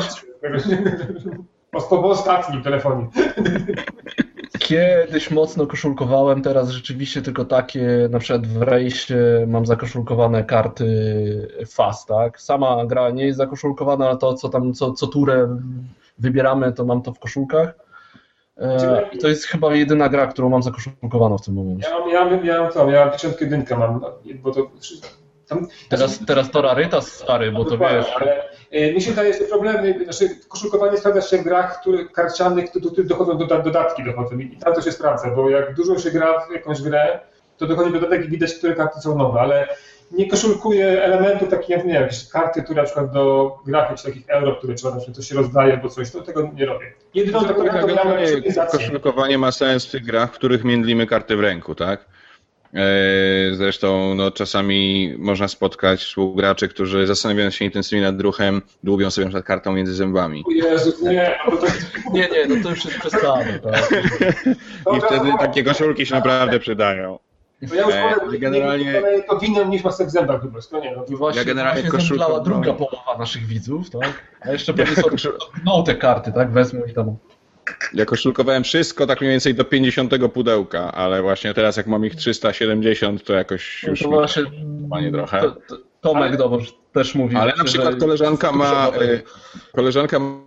po ostatnim telefonie. Kiedyś mocno koszulkowałem, teraz rzeczywiście tylko takie, na przykład w rejsie mam zakoszulkowane karty F A S, tak? Sama gra nie jest zakoszulkowana, ale to co tam, co, co turę wybieramy, to mam to w koszulkach. I to jest chyba jedyna gra, którą mam zakoszulkowaną w tym momencie. Ja mam, ja mam, ja mam to, ja pięćdziesiątkę jedynkę mam, bo to... Tam, teraz, teraz to rarytas stary, bo to wiesz... Ale y, mi się wydaje, że problemy, znaczy koszulkowanie sprawdza się w grach, które, karcianych, do których dochodzą do, dodatki dochodzą i tam to się sprawdza, bo jak dużo się gra w jakąś grę, to dochodzi dodatek i widać, które karty są nowe, ale nie koszulkuje elementów takich, jak nie wiem, jakieś karty, które na przykład do grafik, czy takich euro, które trzeba, na przykład coś się rozdaje albo coś, to tego nie robię. Jedyną taką grę, to miałem koszulkowanie ma sens w tych grach, w których międlimy karty w ręku, tak? Zresztą no, czasami można spotkać współgraczy, którzy zastanawiają się intensywnie nad druhem, dłubią sobie na przykład kartą między zębami. O Jezu, nie. No to... Nie, nie, no to już jest przesada. Tak? I wtedy takie koszulki się naprawdę przydają. To ja już powiem, generalnie... to winem niż masę w zębach chyba. To nie, no to... I właśnie, ja generalnie właśnie koszulką... zemdlała druga połowa naszych widzów, tak? A jeszcze pewnie sobie no, te karty, tak? Wezmą i tam... Ja koszulkowałem wszystko tak mniej więcej do pięćdziesiątego pudełka, ale właśnie teraz jak mam ich trzysta siedemdziesiąt, to jakoś już no to mi właśnie, panie trochę. To, to, Tomek ale, Dowoż też mówi. Ale na przykład koleżanka ma koleżanka ma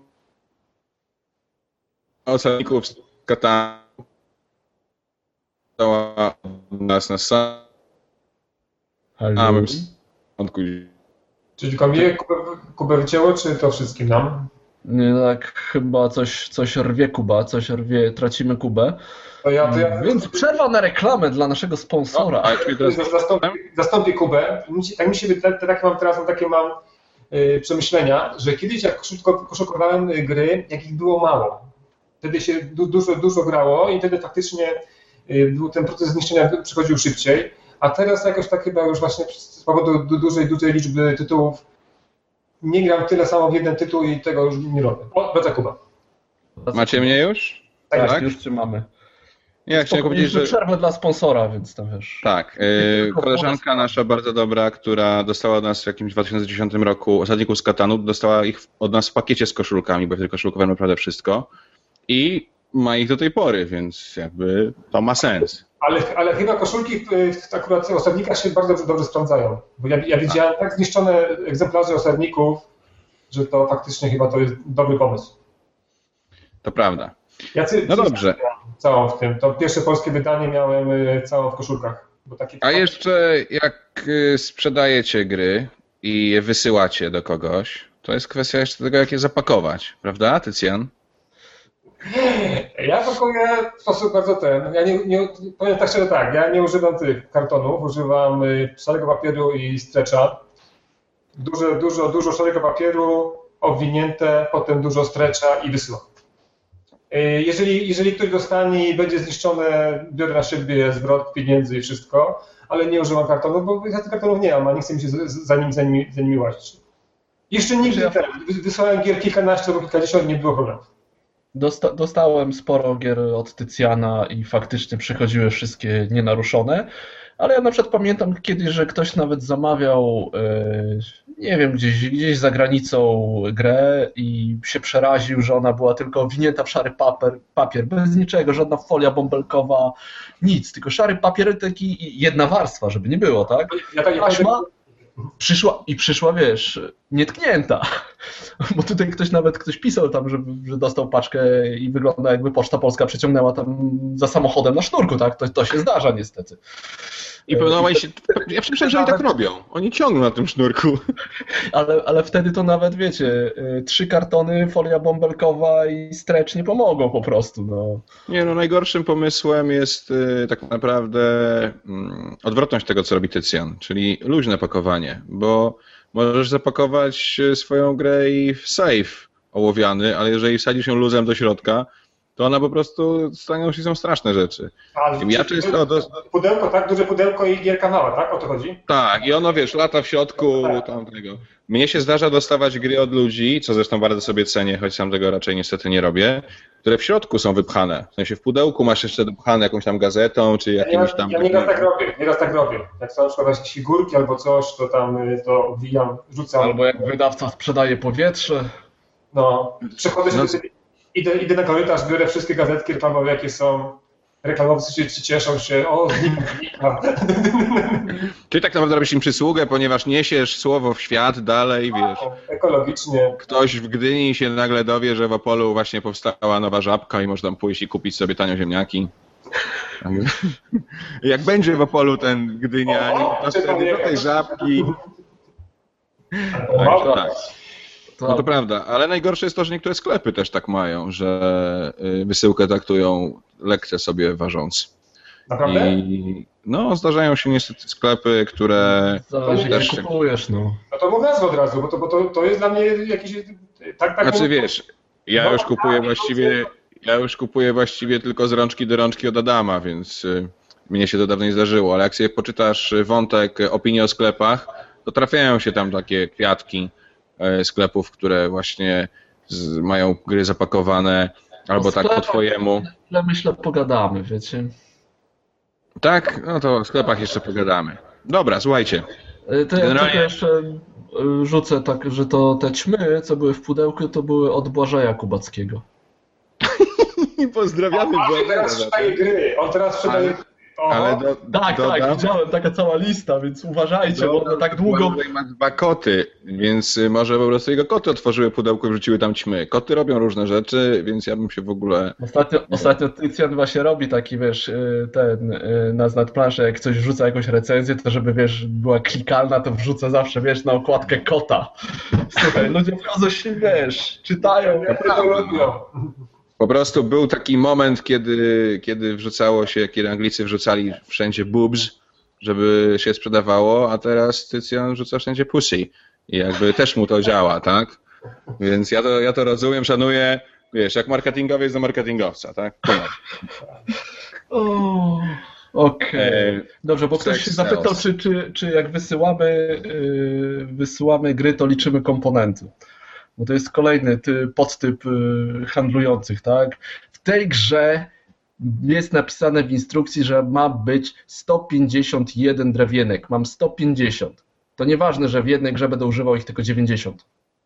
osadników z Katanu dała nas na sam. A my Czyli Kamilę Kubę wycięło, czy to wszystkim nam? Nie, tak, chyba coś, coś rwie Kuba, coś rwie, tracimy Kubę. To ja, to ja... Więc przerwa na reklamę dla naszego sponsora. No, teraz... zastąpię, zastąpię Kubę. Tak mi się wydaje, tak mam teraz mam takie mam yy, przemyślenia, że kiedyś jak koszulkowałem gry, jakich było mało. Wtedy się du, dużo, dużo grało i wtedy faktycznie yy, ten proces zniszczenia przychodził szybciej, a teraz jakoś tak chyba już właśnie z powodu du, dużej, dużej liczby tytułów nie gram tyle samo w jeden tytuł i tego już nie robię. O, wraca Kuba. Macie mnie już? Tak, tak? Już trzymamy. Ja chciałem powiedzieć, że... przerwę dla sponsora, więc tam wiesz. Tak. Yy, koleżanka nasza bardzo dobra, która dostała od nas w jakimś dwa tysiące dziesiątym roku osadników z Katanu, dostała ich od nas w pakiecie z koszulkami, bo wtedy koszulkowałem naprawdę wszystko. I ma ich do tej pory, więc jakby to ma sens. Ale, ale chyba koszulki w akurat osadnikach się bardzo dobrze, dobrze sprawdzają. Bo ja, ja widziałem tak zniszczone egzemplarze osadników, że to faktycznie chyba to jest dobry pomysł. To prawda. Ja cy, no dobrze. Całą w tym. To pierwsze polskie wydanie miałem całą w koszulkach. Bo takie... A jeszcze jak sprzedajecie gry i je wysyłacie do kogoś, to jest kwestia jeszcze tego, jak je zapakować. Prawda, Tycjan? Ja pakuję w sposób bardzo ten. Ja nie, nie, powiem tak szczerze tak, ja nie używam tych kartonów, używam szarego papieru i stretcha. Dużo, dużo, dużo szarego papieru, obwinięte, potem dużo stretcha i wysyłam. Jeżeli, jeżeli ktoś dostanie i będzie zniszczone, biorę na siebie zwrot pieniędzy i wszystko, ale nie używam kartonów, bo ja tych kartonów nie mam, a nie chcę mi się za nimi, za nimi, za nimi łazić. Jeszcze nigdy ja... ten, wysłałem gier kilkanaście albo kilkadziesiąt, nie było problemów. Dosta dostałem sporo gier od Tycjana i faktycznie przychodziły wszystkie nienaruszone, ale ja na przykład pamiętam kiedyś, że ktoś nawet zamawiał, yy, nie wiem, gdzieś, gdzieś za granicą grę i się przeraził, że ona była tylko owinięta w szary papier, papier, bez niczego, żadna folia bąbelkowa, nic, tylko szary papier taki i jedna warstwa, żeby nie było, tak? Ja tak, Taśma przyszła i przyszła, wiesz, nietknięta, bo tutaj ktoś nawet ktoś pisał tam, że, że dostał paczkę i wygląda jakby Poczta Polska przeciągnęła tam za samochodem na sznurku, tak? To, to się zdarza niestety. I pewno się, ja przypuszczam, że oni tak robią. Oni ciągną na tym sznurku. Ale, ale wtedy to nawet, wiecie, trzy kartony, folia bąbelkowa i stretch nie pomogą po prostu. No. Nie, no najgorszym pomysłem jest y, tak naprawdę y, odwrotność tego, co robi Tycjan, czyli luźne pakowanie, bo możesz zapakować swoją grę i w safe ołowiany, ale jeżeli wsadzisz ją luzem do środka, to ona po prostu staną się są straszne rzeczy. A, ja często do... Pudełko, tak? Duże pudełko i gierka mała, tak? O to chodzi? Tak, i ono, wiesz, lata w środku tak. tamtego. Mnie się zdarza dostawać gry od ludzi, co zresztą bardzo sobie cenię, choć sam tego raczej niestety nie robię, które w środku są wypchane. W sensie w pudełku masz jeszcze dopchane jakąś tam gazetą, czy jakimś tam... Ja, ja nieraz tak robię, nieraz tak robię. Jak są na przykład jakieś figurki albo coś, to tam to obwijam, rzucam. Albo jak wydawca sprzedaje powietrze. No, przechodzę się no. do... Idę, idę na korytarz, biorę wszystkie gazetki reklamowe, jakie są. Reklamowcy się cieszą się, o, znika, znika. Czyli tak naprawdę robisz im przysługę, ponieważ niesiesz słowo w świat dalej, wiesz. Ekologicznie. Ktoś w Gdyni się nagle dowie, że w Opolu właśnie powstała nowa żabka i można tam pójść i kupić sobie tanio ziemniaki. Jak będzie w Opolu ten Gdynianin, to wtedy do tej żabki... Tak, tak. No to prawda, ale najgorsze jest to, że niektóre sklepy też tak mają, że wysyłkę traktują lekce sobie ważąc. Naprawdę? I no, zdarzają się niestety sklepy, które... Zależy, jak kupujesz, no. No to mów nazwę od razu, bo to, bo to, to jest dla mnie jakiś... Tak, tak znaczy mów... wiesz, ja no, już kupuję tak, właściwie... Ja już kupuję właściwie tylko z rączki do rączki od Adama, więc mnie się to dawno nie zdarzyło, ale jak sobie poczytasz wątek opinii o sklepach, to trafiają się tam takie kwiatki sklepów, które właśnie z, mają gry zapakowane albo tak po twojemu. Ale myślę, pogadamy, wiecie. Tak? No to o sklepach jeszcze pogadamy. Dobra, słuchajcie. To ja Generalnie... tylko jeszcze rzucę tak, że to te ćmy, co były w pudełku, to były od Błażeja Kubackiego. Pozdrawiamy Błażeja. On teraz sprzedaje gry, on teraz sprzedaje... Ale do, tak, dodam, tak, widziałem, taka cała lista, więc uważajcie, dodam, bo one tak długo... Błażej ma dwa koty, więc może po prostu jego koty otworzyły pudełko i wrzuciły tam ćmy. Koty robią różne rzeczy, więc ja bym się w ogóle... Ostatnio, ostatnio Tycjan właśnie robi taki, wiesz, ten, na Znadplansze, jak coś wrzuca jakąś recenzję, to żeby, wiesz, była klikalna, to wrzuca zawsze, wiesz, na okładkę kota. Słuchaj, ludzie wchodzą się, wiesz, czytają, to robią. Po prostu był taki moment, kiedy, kiedy wrzucało się, kiedy Anglicy wrzucali wszędzie boobs, żeby się sprzedawało, a teraz Tycjan wrzuca wszędzie pussy. I jakby też mu to działa, tak? Więc ja to, ja to rozumiem, szanuję, wiesz, jak marketingowiec do marketingowca, tak? Okej. Okay. Dobrze, bo ktoś się zapytał, czy, czy, czy jak wysyłamy, yy, wysyłamy gry, to liczymy komponenty. Bo to jest kolejny ty, podtyp y, handlujących, tak? W tej grze jest napisane w instrukcji, że ma być sto pięćdziesiąt jeden drewienek. Mam sto pięćdziesiąt. To nieważne, że w jednej grze będę używał ich tylko dziewięćdziesiąt.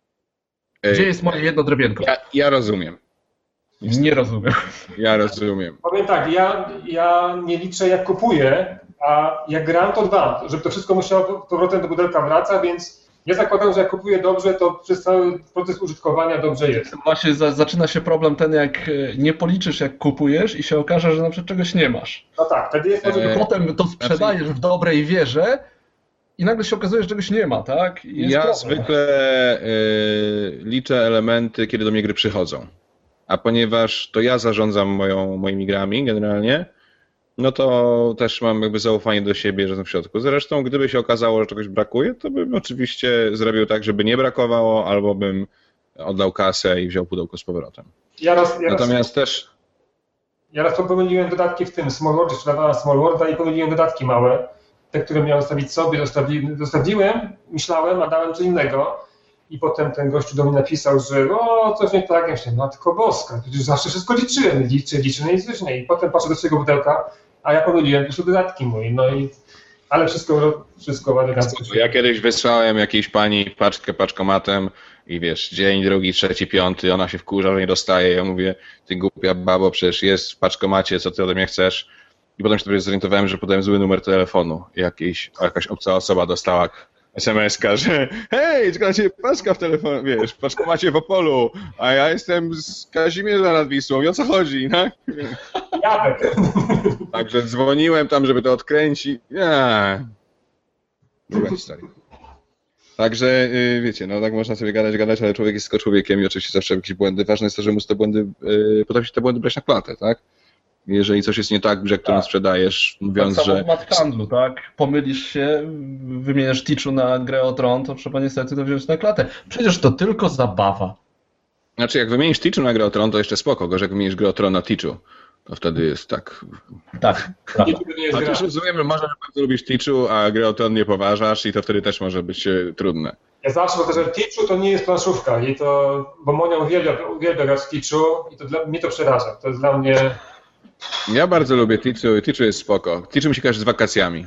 Gdzie jest moje jedno drewienko? Ja, ja rozumiem. Nie rozumiem. Ja rozumiem. Powiem tak, ja, ja nie liczę jak kupuję, a jak gram to dbam, żeby to wszystko musiało powrotem do pudełka wraca, więc ja zakładam, że jak kupuję dobrze, to przez cały proces użytkowania dobrze jest. Właśnie za, zaczyna się problem ten, jak nie policzysz jak kupujesz i się okaże, że na przykład czegoś nie masz. No tak, wtedy jest może... Eee, potem to sprzedajesz w dobrej wierze i nagle się okazuje, że czegoś nie ma, tak? I jest ja problem. zwykle y, liczę elementy, kiedy do mnie gry przychodzą. A ponieważ to ja zarządzam moją, moimi grami generalnie, no to też mam jakby zaufanie do siebie, że są w środku. Zresztą gdyby się okazało, że czegoś brakuje, to bym oczywiście zrobił tak, żeby nie brakowało, albo bym oddał kasę i wziął pudełko z powrotem. Ja raz, ja Natomiast raz, też... Ja raz pomyliłem dodatki w tym Small Worldzie, sprzedawałem Small Worlda i pomyliłem dodatki małe. Te, które miałem zostawić sobie, zostawi, zostawiłem, myślałem, a dałem co innego. I potem ten gościu do mnie napisał, że o, coś nie tak. Ja myślałem, Matko Boska, przecież zawsze wszystko liczyłem, liczę, liczę, no i coś nie. I potem patrzę do swojego pudełka, a ja pomyliłem po prostu dodatki moje, no i... Ale wszystko, wszystko elegancko. Ja kiedyś wysłałem jakiejś pani paczkę paczkomatem i wiesz, dzień, drugi, trzeci, piąty, ona się wkurza, że nie dostaje. Ja mówię, ty głupia babo, przecież jest w paczkomacie, co ty ode mnie chcesz? I potem się dopiero zorientowałem, że podałem zły numer telefonu. Jakiejś, jakaś obca osoba dostała es em es ka, że hej, czeka na ciebie paczka w telefonie, wiesz, w paczkomacie w Opolu, a ja jestem z Kazimierza nad Wisłą i o co chodzi, tak? Jadek. Także dzwoniłem tam, żeby to odkręcić. Nie. Druga historia. Także wiecie, no tak można sobie gadać, gadać, ale człowiek jest tylko człowiekiem i oczywiście zawsze jakieś błędy. Ważne jest to, że móc te błędy, potrafi te błędy brać na klatę, tak? Jeżeli coś jest nie tak w grze, którą tak sprzedajesz, mówiąc, tak że... Tak handlu, tak? Pomylisz się, wymieniasz Ticzu na grę o Tron, to trzeba niestety to wziąć na klatę. Przecież to tylko zabawa. Znaczy, jak wymienisz Ticzu na grę o Tron, to jeszcze spoko, gorzej jak wymienisz grę o Tron na Ticzu. To wtedy jest tak... Tak, chociaż rozumiem, że może, że bardzo lubisz Ticzu, a grę o Tron nie poważasz i to wtedy też może być trudne. Ja zawsze powtarzam, że Ticzu to nie jest planszówka, i to, bo Monia uwielbia, uwielbia grać w Ticzu i to dla mnie to przeraża. To jest dla mnie... Ja bardzo lubię Ticzu i Ticzu jest spoko. Ticzu mi się kojarzy z wakacjami.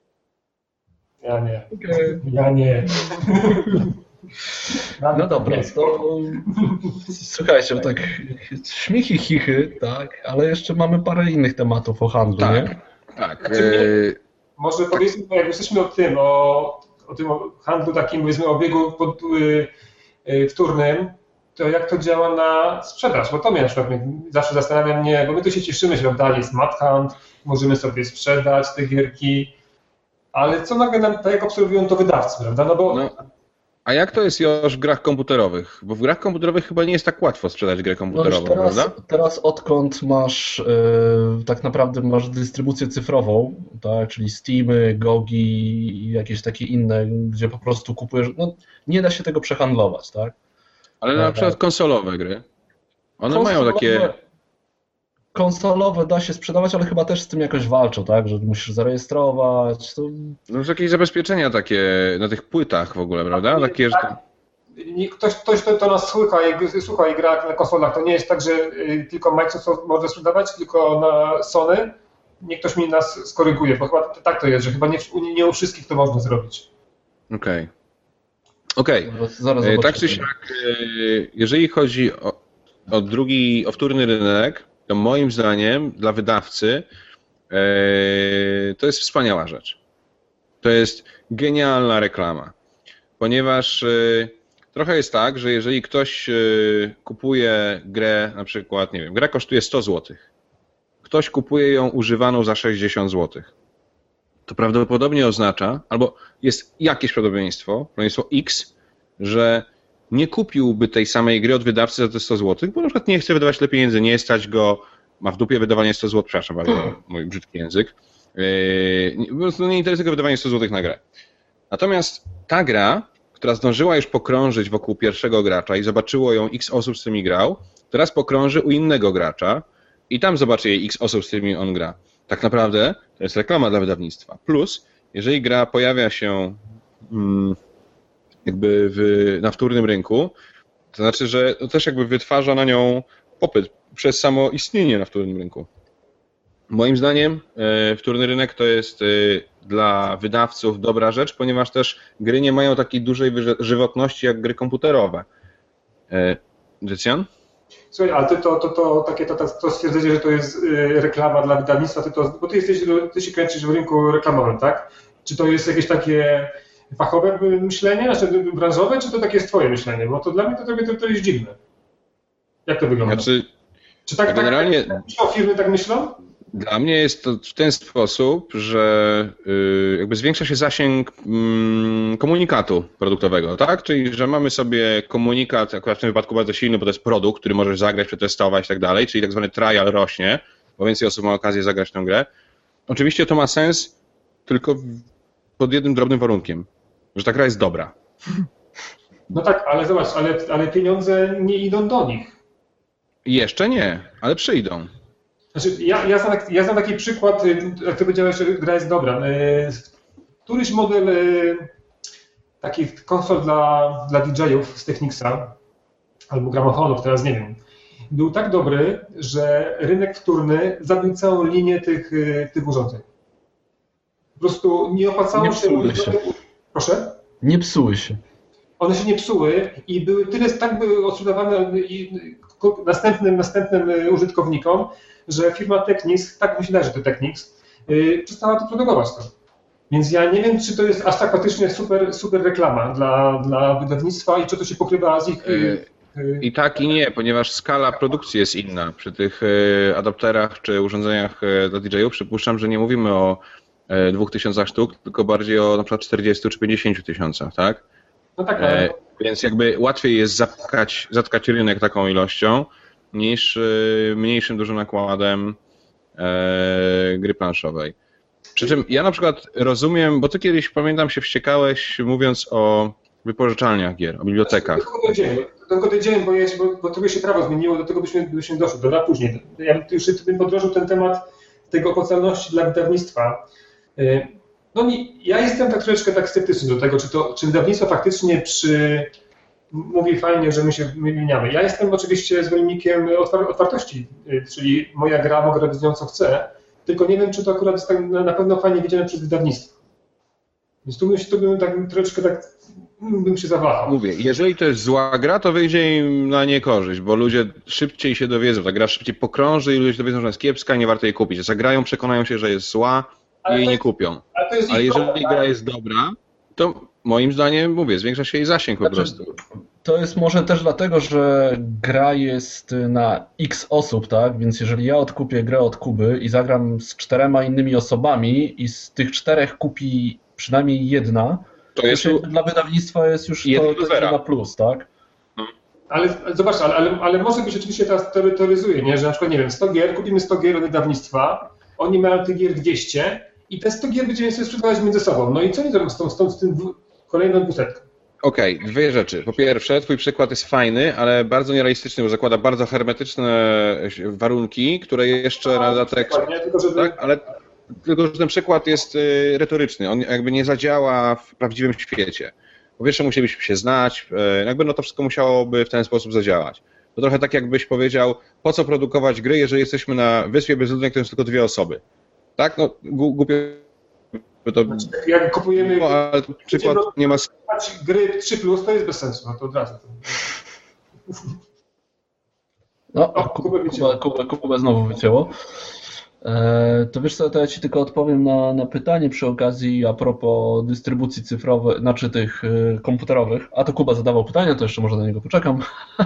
Ja nie. Okay. Ja nie. No dobra, to słuchajcie, tak śmichy, chichy, tak, ale jeszcze mamy parę innych tematów o handlu, tak, nie? Tak. Znaczy, e... Może tak. Powiedzmy, jak jesteśmy o tym, o, o tym handlu takim, powiedzmy, o obiegu pod, y, y, wtórnym, to jak to działa na sprzedaż? Bo to mnie na przykład zawsze zastanawia mnie, bo my tu się cieszymy, że dalej jest Mad Hunt, możemy sobie sprzedać te gierki, ale co nagle nam, tak jak obserwują to wydawcy, prawda? No bo... No. A jak to jest już w grach komputerowych? Bo w grach komputerowych chyba nie jest tak łatwo sprzedać grę komputerową, no teraz, prawda? Teraz odkąd masz, yy, tak naprawdę masz dystrybucję cyfrową, tak, czyli Steamy, Gogi i jakieś takie inne, gdzie po prostu kupujesz, no nie da się tego przehandlować, tak? Ale na przykład konsolowe gry, one konsolowe, mają takie... konsolowe da się sprzedawać, ale chyba też z tym jakoś walczą, tak? Że musisz zarejestrować. To... No już jakieś zabezpieczenia takie na tych płytach w ogóle, prawda? Takie, że... Ktoś, ktoś to, to nas słucha, jakby słucha i gra na konsolach. To nie jest tak, że tylko Microsoft może sprzedawać, tylko na Sony. Niech ktoś mi nas skoryguje, bo chyba tak to jest, że chyba nie, nie u wszystkich to można zrobić. Okej. Okej. Okay. Tak czy siak, jeżeli chodzi o, o drugi, o wtórny rynek, to moim zdaniem dla wydawcy to jest wspaniała rzecz. To jest genialna reklama, ponieważ trochę jest tak, że jeżeli ktoś kupuje grę, na przykład, nie wiem, gra kosztuje sto złotych, ktoś kupuje ją używaną za sześćdziesiąt złotych, to prawdopodobnie oznacza, albo jest jakieś prawdopodobieństwo, prawdopodobieństwo X, że nie kupiłby tej samej gry od wydawcy za te sto złotych, bo na przykład nie chce wydawać tyle pieniędzy, nie stać go, ma w dupie wydawanie sto złotych, przepraszam bardzo, mój brzydki język, po prostu nie interesuje go wydawanie sto złotych na grę. Natomiast ta gra, która zdążyła już pokrążyć wokół pierwszego gracza i zobaczyło ją X osób, z którymi grał, teraz pokrąży u innego gracza i tam zobaczy jej X osób, z którymi on gra. Tak naprawdę to jest reklama dla wydawnictwa. Plus, jeżeli gra pojawia się mm, jakby w, na wtórnym rynku, to znaczy, że to też jakby wytwarza na nią popyt przez samo istnienie na wtórnym rynku. Moim zdaniem e, wtórny rynek to jest e, dla wydawców dobra rzecz, ponieważ też gry nie mają takiej dużej żywotności jak gry komputerowe. E, Decjan? Słuchaj, ale ty to, to, to, takie, to, to stwierdzenie, że to jest y, reklama dla wydawnictwa, ty to, bo ty, jesteś, ty się kręcisz w rynku reklamowym, tak? Czy to jest jakieś takie fachowe myślenie, znaczy branżowe, czy to takie jest twoje myślenie? Bo to dla mnie to, to, to jest dziwne. Jak to wygląda? Znaczy, czy tak, generalnie... tak, tak firmy tak myślą? Dla mnie jest to w ten sposób, że jakby zwiększa się zasięg komunikatu produktowego, tak? Czyli, że mamy sobie komunikat, akurat w tym wypadku bardzo silny, bo to jest produkt, który możesz zagrać, przetestować i tak dalej, czyli tak zwany trial rośnie, bo więcej osób ma okazję zagrać w tę grę. Oczywiście to ma sens tylko pod jednym drobnym warunkiem, że ta gra jest dobra. No tak, ale zobacz, ale, ale pieniądze nie idą do nich. Jeszcze nie, ale przyjdą. Znaczy, ja, ja, znam, ja znam taki przykład, jak ty powiedziałeś, że gra jest dobra. Któryś model takich konsol dla, dla D J-ów z Technicsa albo gramofonów, teraz nie wiem, był tak dobry, że rynek wtórny zabił całą linię tych, tych urządzeń. Po prostu nie opłacało nie się... się. Proszę? Nie psuły się. One się nie psuły i były tyle, tak były odsprzedawane następnym, następnym użytkownikom, że firma Technics, tak mi się daje, że to Technics, yy, przestała to produkować to. Więc ja nie wiem, czy to jest aż tak faktycznie super, super reklama dla, dla wydawnictwa i czy to się pokrywa z ich... Yy, yy. I tak i nie, ponieważ skala produkcji jest inna. Przy tych yy, adapterach czy urządzeniach yy, dla D J-ów przypuszczam, że nie mówimy o yy, dwóch tysiącach sztuk, tylko bardziej o na przykład czterdziestu czy pięćdziesięciu tysiącach, tak? No tak, ale... yy, więc jakby łatwiej jest zatkać, zatkać rynek taką ilością, niż y, mniejszym dużym nakładem e, gry planszowej. Przy czym ja na przykład rozumiem, bo ty kiedyś, pamiętam, się wściekałeś mówiąc o wypożyczalniach gier, o bibliotekach. Do tego dojdziemy, do tego dojdziemy bo, jest, bo, bo tego się prawo zmieniło, do tego byśmy, byśmy doszli, do na później. Ja już bym podrożył ten temat tego opłacalności dla wydawnictwa. No ja jestem tak troszeczkę tak sceptyczny do tego, czy, to, czy wydawnictwo faktycznie przy... Mówi fajnie, że my się wymieniamy. Ja jestem oczywiście zwolennikiem otwartości, czyli moja gra, mogę robić z nią co chcę, tylko nie wiem, czy to akurat jest tak na pewno fajnie widziane przez wydawnictwo. Więc tu bym, tu bym tak troszeczkę tak bym się zawahał. Mówię, jeżeli to jest zła gra, to wyjdzie im na niekorzyść, bo ludzie szybciej się dowiedzą, ta gra szybciej pokrąży i ludzie się dowiedzą, że jest kiepska i nie warto jej kupić. Zagrają, przekonają się, że jest zła i jej nie kupią. Ale, to jest ale jeżeli problem, gra tak? jest dobra, to moim zdaniem, mówię, zwiększa się jej zasięg po Znaczy, prostu. To jest może też dlatego, że gra jest na X osób, tak? Więc jeżeli ja odkupię grę od Kuby i zagram z czterema innymi osobami i z tych czterech kupi przynajmniej jedna, To jest to dla wydawnictwa jest już to, to jest na plus, tak? Ale zobacz, ale, ale, ale może być oczywiście teraz teoryzuje, nie? Że na przykład, nie wiem, sto gier, kupimy sto gier od wydawnictwa, oni mają tych gier dwieście i te sto gier będziemy sobie sprzedawać między sobą. No i co oni zrobią z, tą, z, tą, z tym dwu, kolejną dwusetką? Okej, okay, dwie rzeczy. Po pierwsze, twój przykład jest fajny, ale bardzo nierealistyczny, bo zakłada bardzo hermetyczne warunki, które jeszcze na dodatek... Tylko, żeby... tak, ale tylko, że ten przykład jest retoryczny. On jakby nie zadziała w prawdziwym świecie. Po pierwsze, musielibyśmy się znać, jakby no to wszystko musiałoby w ten sposób zadziałać. To trochę tak, jakbyś powiedział, po co produkować gry, jeżeli jesteśmy na wyspie bezludnej, to są tylko dwie osoby. Tak? No, głupio... To... Znaczy, jak kupujemy... No, ale przykład nie ma... gry trzy plus, to jest bez sensu, no to od razu. No, o, Kubę, Kubę, Kubę znowu wycięło. E, to wiesz co, to ja ci tylko odpowiem na, na pytanie przy okazji a propos dystrybucji cyfrowej, znaczy tych y, komputerowych. A to Kuba zadawał pytanie, to jeszcze może na niego poczekam.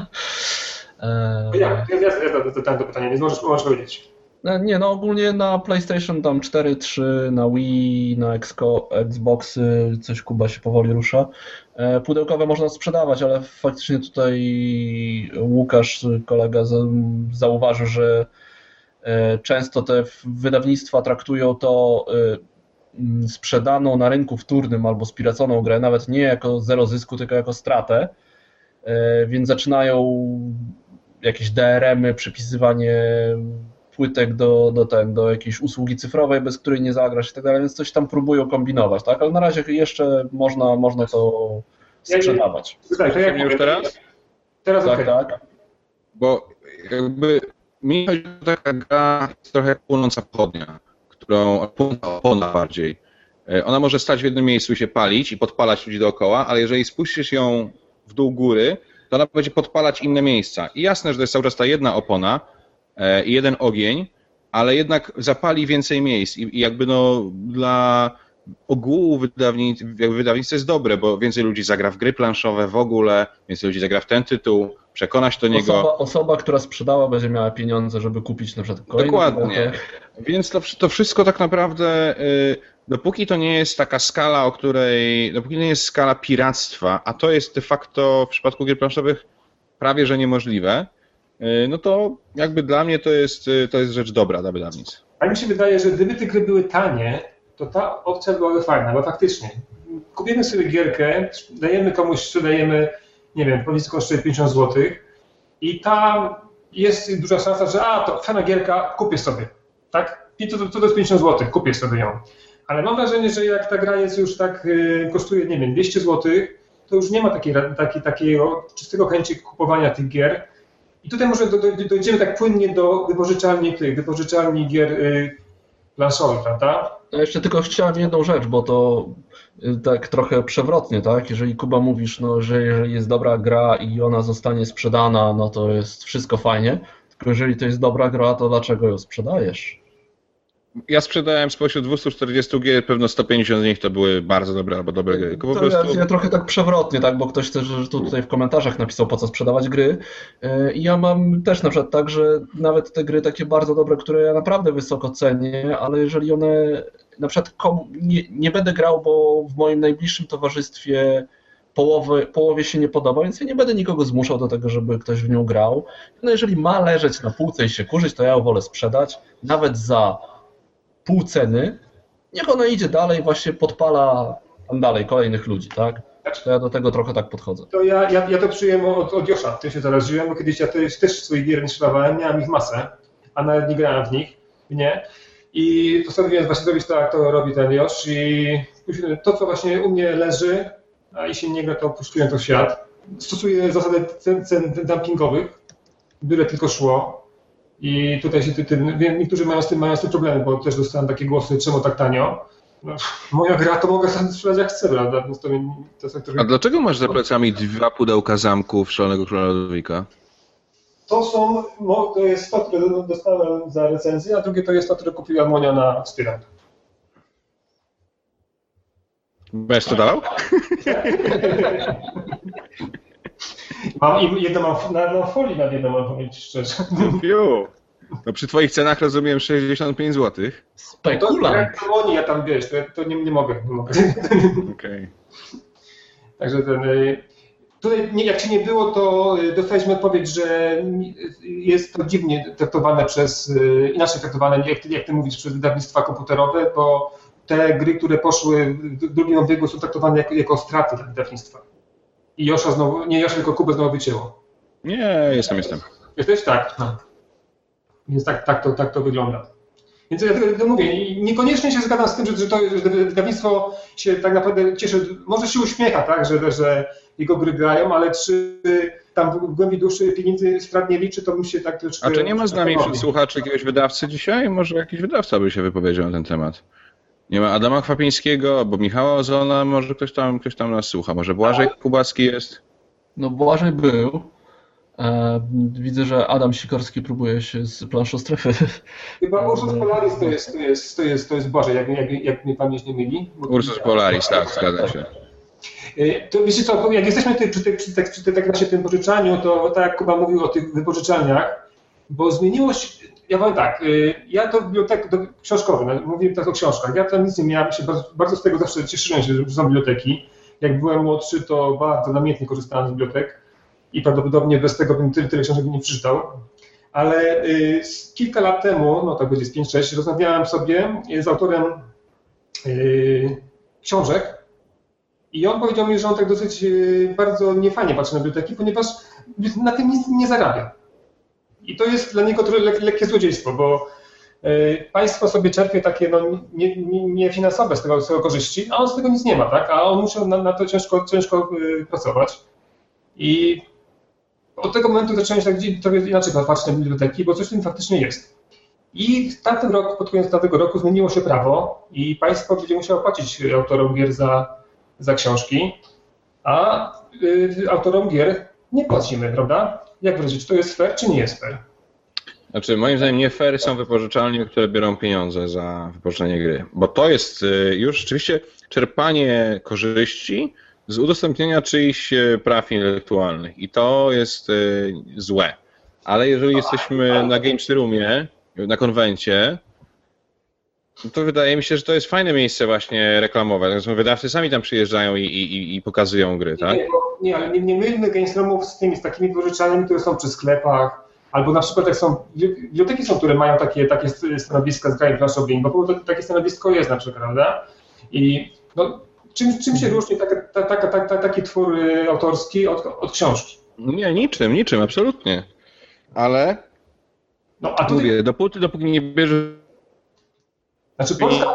e, ja, ja, ja, ja zadałem to pytanie, więc możesz, możesz powiedzieć. Nie, no ogólnie na PlayStation tam cztery, trzy, na Wii, na Xboxy, coś Kuba się powoli rusza. Pudełkowe można sprzedawać, ale faktycznie tutaj Łukasz, kolega, zauważył, że często te wydawnictwa traktują to sprzedaną na rynku wtórnym albo spiraconą grę nawet nie jako zero zysku, tylko jako stratę, więc zaczynają jakieś D R M-y, przypisywanie płytek do, do, ten, do jakiejś usługi cyfrowej, bez której nie zagrasz i tak dalej, więc coś tam próbują kombinować, tak? Ale na razie jeszcze można, można to sprzedawać. Tak, to jak już teraz? Teraz tak, okay. tak. Bo jakby mi chodzi o taka gra trochę jak płonąca pochodnia, którą, opona bardziej. Ona może stać w jednym miejscu i się palić i podpalać ludzi dookoła, ale jeżeli spuścisz ją w dół góry, to ona będzie podpalać inne miejsca. I jasne, że to jest cały czas ta jedna opona, i jeden ogień, ale jednak zapali więcej miejsc i jakby no dla ogółu wydawnictwa, wydawnictwo jest dobre, bo więcej ludzi zagra w gry planszowe w ogóle, więcej ludzi zagra w ten tytuł, przekonać do niego. Osoba, osoba która sprzedała, będzie miała pieniądze, żeby kupić na przykład kolejne. Dokładnie. Więc to, to wszystko tak naprawdę, dopóki to nie jest taka skala, o której, dopóki to nie jest skala piractwa, a to jest de facto w przypadku gier planszowych prawie że niemożliwe, no to jakby dla mnie to jest, to jest rzecz dobra dla wydawnictw. A mi się wydaje, że gdyby te gry były tanie, to ta opcja byłaby fajna, bo faktycznie kupimy sobie gierkę, dajemy komuś, sprzedajemy, nie wiem, powiedzmy kosztuje pięćdziesiąt złotych i tam jest duża szansa, że a, to fajna gierka, kupię sobie, tak? I to, to, to jest pięćdziesiąt złotych, kupię sobie ją. Ale mam wrażenie, że jak ta gra jest już tak, yy, kosztuje, nie wiem, dwieście złotych, to już nie ma takiej, takiej, takiego czystego chęci kupowania tych gier. I tutaj może do, do, dojdziemy tak płynnie do wypożyczalni tych, wypożyczalni gier y, planszowych, prawda? Ja jeszcze tylko chciałem jedną rzecz, bo to y, tak trochę przewrotnie, tak? Jeżeli Kuba mówisz, no, że jeżeli jest dobra gra i ona zostanie sprzedana, no to jest wszystko fajnie, tylko jeżeli to jest dobra gra, to dlaczego ją sprzedajesz? Ja sprzedałem spośród dwieście czterdzieści gier, pewno sto pięćdziesiąt z nich to były bardzo dobre albo dobre gry. Po prostu... ja, ja trochę tak przewrotnie, tak, bo ktoś też że tutaj w komentarzach napisał, po co sprzedawać gry. I ja mam też na przykład tak, że nawet te gry takie bardzo dobre, które ja naprawdę wysoko cenię, ale jeżeli one na przykład komu... nie, nie będę grał, bo w moim najbliższym towarzystwie połowy, połowie się nie podoba, więc ja nie będę nikogo zmuszał do tego, żeby ktoś w nią grał. No jeżeli ma leżeć na półce i się kurzyć, to ja ją wolę sprzedać, nawet za pół ceny, niech ona idzie dalej, właśnie podpala tam dalej kolejnych ludzi, tak? To ja do tego trochę tak podchodzę. To ja, ja, ja to przyjąłem od, od Josza, tym się zaraziłem, bo kiedyś ja też, też swoich gier nie sprzedawałem, miałem ich masę, a nawet nie grałem w nich, nie? I postanowiłem właśnie zrobić tak, jak to robi ten Josz i to, co właśnie u mnie leży, a jeśli nie gra, to puszczuję to w świat. Stosuję zasady cen, cen dumpingowych, byle tylko szło. I tutaj się ty, ty, niektórzy mają z tym mają z tym problemy, bo też dostałem takie głosy, czemu tak tanio. No, moja gra to mogę sam sprzedać jak chcę, prawda? To, to jest trochę... A dlaczego masz za plecami dwa pudełka zamków Szalonego Króla Ludwika? To są, to jest to, które dostałem za recenzję, a drugie to jest to, które kupiła Monia na Wspieraniu. Będziesz to dawał? Mam, jedno mam na, na folii nad jedną, mam powiedzieć szczerze. Piu. No przy twoich cenach rozumiem sześćdziesiąt pięć złotych. Spekulant. Jak to Moni, ja tam wiesz, to, to nie, nie mogę. Nie mogę. Okay. Także ten, tutaj nie, jak ci nie było, to dostaliśmy odpowiedź, że jest to dziwnie traktowane przez, inaczej traktowane, jak ty, jak ty mówisz, przez wydawnictwa komputerowe, bo te gry, które poszły w drugim obiegu, są traktowane jako, jako straty dla wydawnictwa. i Josza znowu, nie Josza, tylko Kubę znowu wycięło. Nie, jestem, jestem. Jesteś? Tak. No. Więc tak, tak, to, tak to wygląda. Więc ja to mówię, niekoniecznie się zgadzam z tym, że, że to że wydawnictwo się tak naprawdę cieszy, może się uśmiecha, tak, że, że jego gry grają, ale czy tam w głębi duszy pieniędzy strat nie liczy, to bym się tak troszkę... A czy nie ma z nami wśród słuchaczy jakiegoś wydawcy dzisiaj? Może jakiś wydawca by się wypowiedział na ten temat? Nie ma Adama Chwapińskiego, albo Michała Ozona, może ktoś tam, ktoś tam nas słucha, może Błażej Kubacki jest? No Błażej był. Widzę, że Adam Sikorski próbuje się z planszą strefy. Chyba Ursus Polaris to jest, to jest, to jest, to jest Błażej, jak, jak, jak mnie pamięć nie myli. Ursus Polaris, tak, zgadza się. To wiecie co, jak jesteśmy tutaj przy, tej, przy, tej, przy tej, tak właśnie tym pożyczaniu, to tak jak Kuba mówił o tych wypożyczalniach, bo zmieniło się, ja powiem tak, ja do bibliotek do książkowej, no, mówiłem tak o książkach, ja tam nic nie miałem, się bardzo, bardzo z tego zawsze cieszyłem się, że są biblioteki. Jak byłem młodszy, to bardzo namiętnie korzystałem z bibliotek i prawdopodobnie bez tego bym tyle, tyle książek nie przeczytał. Ale y, kilka lat temu, no to będzie z pięć sześć, rozmawiałem sobie z autorem y, książek i on powiedział mi, że on tak dosyć y, bardzo niefajnie patrzy na biblioteki, ponieważ na tym nic nie zarabia. I to jest dla niego trochę lek, lekkie złodziejstwo, bo y, państwo sobie czerpie takie no, nie, nie, nie finansowe z tego, z tego korzyści, a on z tego nic nie ma, tak? A on musi na, na to ciężko, ciężko y, pracować. I od tego momentu zacząłem się tak trochę inaczej patrzeć na biblioteki, bo coś w tym faktycznie jest. I w tamtym roku, pod koniec tamtego roku zmieniło się prawo i państwo będzie musiało płacić autorom gier za, za książki, a y, autorom gier nie płacimy, prawda? Jak wrażenie, czy to jest fair, czy nie jest fair? Znaczy, moim zdaniem nie fair są wypożyczalnie, które biorą pieniądze za wypożyczenie gry, bo to jest już rzeczywiście czerpanie korzyści z udostępnienia czyichś praw intelektualnych i to jest złe. Ale jeżeli jesteśmy na Games Roomie, na konwencie, to wydaje mi się, że to jest fajne miejsce właśnie reklamowe. Wydawcy sami tam przyjeżdżają i, i, i pokazują gry, tak? Nie, nie, ale nie, nie mylmy Games Roomów z tymi, z takimi wypożyczalniami, które są przy sklepach, albo na przykład jak są, biblioteki są, które mają takie, takie stanowiska z grami planszowymi, bo to, takie stanowisko jest na przykład, prawda? I no, czym, czym się różni taka, taka, taka, taki twór autorski od, od książki? Nie, niczym, niczym, absolutnie. Ale no, a tutaj... mówię, dopóty, dopóki nie bierze... Znaczy Polska...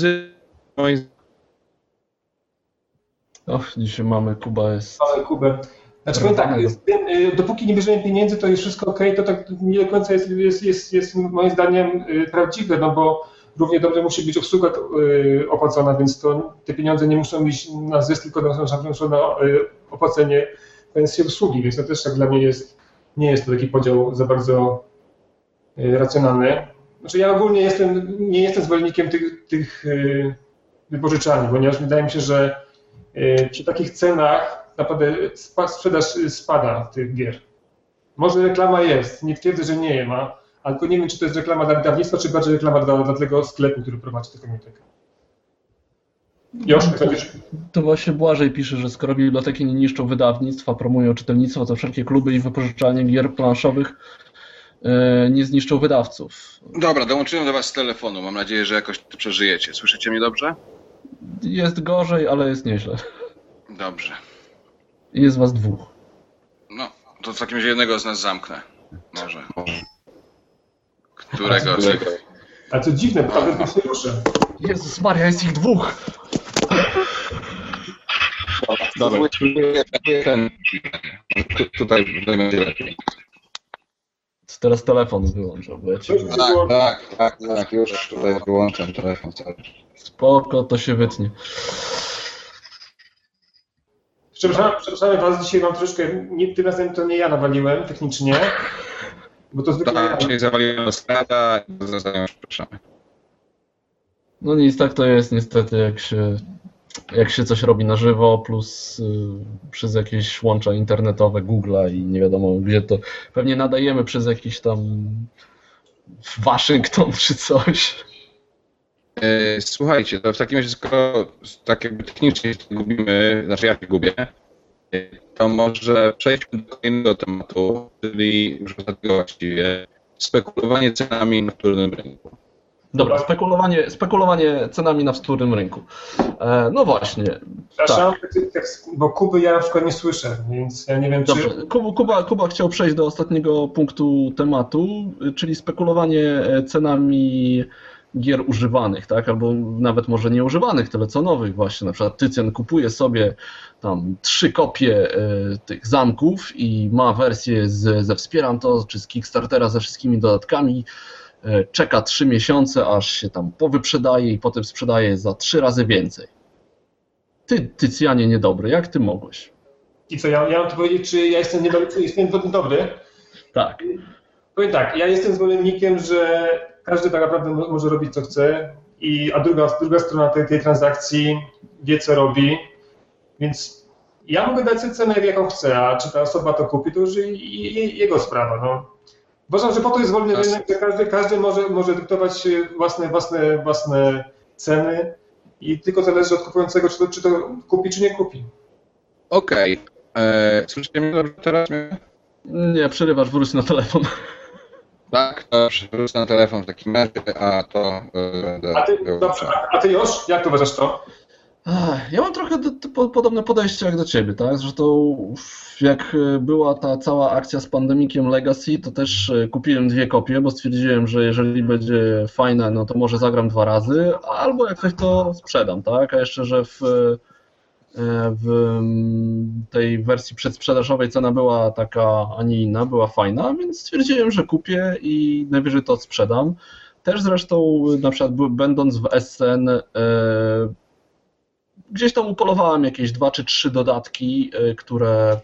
Och, dzisiaj mamy, Kuba jest... Mamy Kubę. Znaczy powiem tak, dopóki nie bierzemy pieniędzy, to jest wszystko okej, to tak nie do końca jest, jest, jest, jest moim zdaniem prawdziwe, no bo równie dobrze musi być obsługa opłacona, więc to te pieniądze nie muszą iść na zysk, tylko muszą na opłacenie pensji obsługi, więc to też tak dla mnie jest, nie jest to taki podział za bardzo racjonalny. Znaczy ja ogólnie jestem, nie jestem zwolennikiem tych, tych wypożyczalni, ponieważ wydaje mi się, że przy takich cenach naprawdę sprzedaż spada tych gier. Może reklama jest, nie twierdzę, że nie ma, ale tylko nie wiem, czy to jest reklama dla wydawnictwa, czy bardziej reklama dla, dla tego sklepu, który prowadzi tę bibliotekę. Josz, to, to właśnie Błażej pisze, że skoro biblioteki nie niszczą wydawnictwa, promują czytelnictwo, to wszelkie kluby i wypożyczalnie gier planszowych nie zniszczą wydawców. Dobra, dołączyłem do was z telefonu. Mam nadzieję, że jakoś to przeżyjecie. Słyszycie mnie dobrze? Jest gorzej, ale jest nieźle. Dobrze. Jest was dwóch. No, to w takim razie jednego z nas zamknę. Może. Którego z nich? A co dziwne, bo nawet nie ruszę. Jezus Maria, jest ich dwóch! Dobra, ten. Tutaj będzie lepiej. Teraz telefon wyłączam, bo ja cię... Tak, tak, tak, tak, już tutaj wyłączam telefon. Spoko, to się wytnie. Przepraszam, przepraszam was, dzisiaj mam troszkę, nie, tym razem to nie ja nawaliłem technicznie, bo to zwykle... Tak, dzisiaj zawaliłem strata, przepraszamy. No nic, tak to jest niestety, jak się, jak się coś robi na żywo, plus y, przez jakieś łącza internetowe Google'a i nie wiadomo gdzie to, pewnie nadajemy przez jakiś tam Waszyngton czy coś. Słuchajcie, to w takim razie, skoro tak jakby technicznie się gubimy, znaczy ja się gubię, to może przejdźmy do kolejnego tematu, czyli już ostatniego właściwie, spekulowanie cenami na wtórnym rynku. Dobra, spekulowanie, spekulowanie cenami na wtórnym rynku. E, no właśnie. Przepraszam, tak. Bo Kuby ja na przykład nie słyszę, więc ja nie wiem, Dobrze. czy... Kuba, Kuba chciał przejść do ostatniego punktu tematu, czyli spekulowanie cenami gier używanych, tak? Albo nawet może nie używanych, tyle co nowych właśnie. Na przykład Tycjan kupuje sobie tam trzy kopie tych zamków i ma wersję z, ze Wspieram to, czy z Kickstartera ze wszystkimi dodatkami, czeka trzy miesiące, aż się tam powyprzedaje i potem sprzedaje za trzy razy więcej. Ty, Tycjanie, niedobry, jak ty mogłeś? I co, ja, ja mam tu powiedzieć, czy ja jestem niedobry, czy jestem dobry? Tak. Powiem tak, ja jestem zwolennikiem, że każdy tak naprawdę może robić co chce, i, a druga, druga strona tej, tej transakcji wie co robi, więc ja mogę dać cenę jaką chcę, a czy ta osoba to kupi, to już i, i, jego sprawa. No. Uważam, że po to jest wolny rynek, że każdy, każdy może, może dyktować własne, własne, własne ceny i tylko zależy od kupującego, czy to, czy to kupi, czy nie kupi. Okej. Okay. Słyszycie mnie dobrze teraz? Nie, przerywasz, wróć na telefon. Tak, to wróć na telefon w takim razie, a to będę... A ty, dobrze, a ty już? Jak to uważasz to? Ja mam trochę do, do, podobne podejście jak do ciebie, tak? Zresztą jak była ta cała akcja z Pandemiciem Legacy, to też kupiłem dwie kopie, bo stwierdziłem, że jeżeli będzie fajne, no to może zagram dwa razy, albo jak coś to sprzedam, tak? A jeszcze, że w, w tej wersji przedsprzedażowej cena była taka, a nie inna, była fajna, więc stwierdziłem, że kupię i najwyżej to sprzedam. Też zresztą na przykład będąc w Essen, gdzieś tam upolowałem jakieś dwa czy trzy dodatki, które,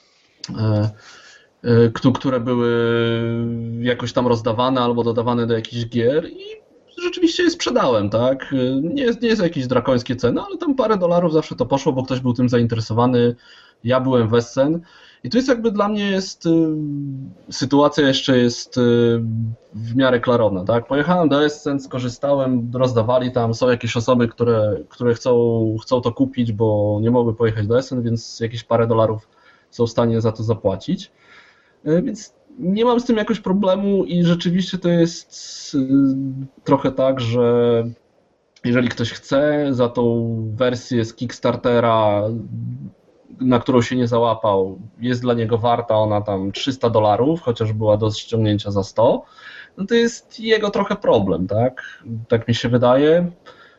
które były jakoś tam rozdawane albo dodawane do jakichś gier i rzeczywiście je sprzedałem, tak? Nie jest, nie jest jakieś drakońskie ceny, ale tam parę dolarów zawsze to poszło, bo ktoś był tym zainteresowany. Ja byłem w Essen. I tu jest jakby dla mnie jest sytuacja jeszcze jest w miarę klarowna, tak? Pojechałem do Essen, skorzystałem, rozdawali tam, są jakieś osoby, które, które chcą, chcą to kupić, bo nie mogły pojechać do Essen, więc jakieś parę dolarów są w stanie za to zapłacić. Więc nie mam z tym jakoś problemu i rzeczywiście to jest trochę tak, że jeżeli ktoś chce za tą wersję z Kickstartera, na którą się nie załapał, jest dla niego warta ona tam trzysta dolarów, chociaż była do ściągnięcia za sto, no to jest jego trochę problem, tak? Tak mi się wydaje.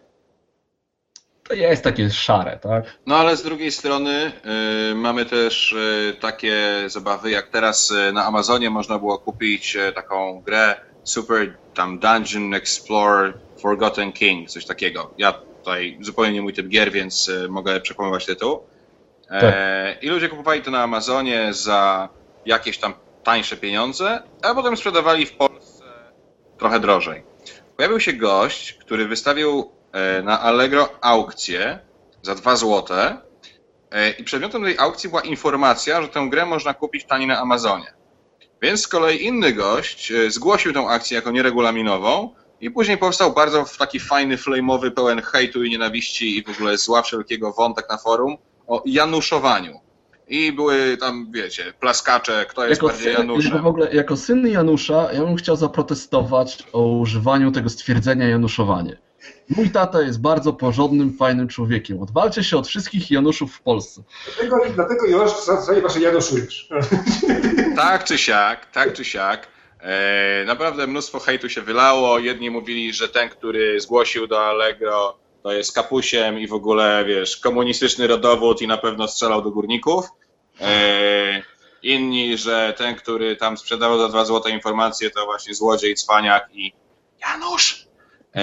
To jest takie szare, tak? No ale z drugiej strony y, mamy też y, takie zabawy, jak teraz y, na Amazonie można było kupić y, taką grę Super tam Dungeon Explorer Forgotten King, coś takiego. Ja tutaj zupełnie nie mój typ gier, więc y, mogę przekłamywać tytuł. Tak. I ludzie kupowali to na Amazonie za jakieś tam tańsze pieniądze, a potem sprzedawali w Polsce trochę drożej. Pojawił się gość, który wystawił na Allegro aukcję za dwa złote i przedmiotem tej aukcji była informacja, że tę grę można kupić taniej na Amazonie. Więc z kolei inny gość zgłosił tę akcję jako nieregulaminową i później powstał bardzo taki fajny, flame'owy, pełen hejtu i nienawiści i w ogóle zła wszelkiego wątek na forum o januszowaniu. I były tam, wiecie, plaskacze, kto jest jako bardziej syn, Januszem. W ogóle jako syn Janusza ja bym chciał zaprotestować o używaniu tego stwierdzenia januszowanie. Mój tata jest bardzo porządnym, fajnym człowiekiem. Odwalcie się od wszystkich Januszów w Polsce. Dlatego, dlatego już zajmę się Januszujesz. Tak czy siak, tak czy siak. E, naprawdę mnóstwo hejtu się wylało. Jedni mówili, że ten, który zgłosił do Allegro, to jest kapusiem i w ogóle, wiesz, komunistyczny rodowód i na pewno strzelał do górników. E, inni, że ten, który tam sprzedawał za dwa złote informacje, to właśnie złodziej, cwaniak i Janusz. E,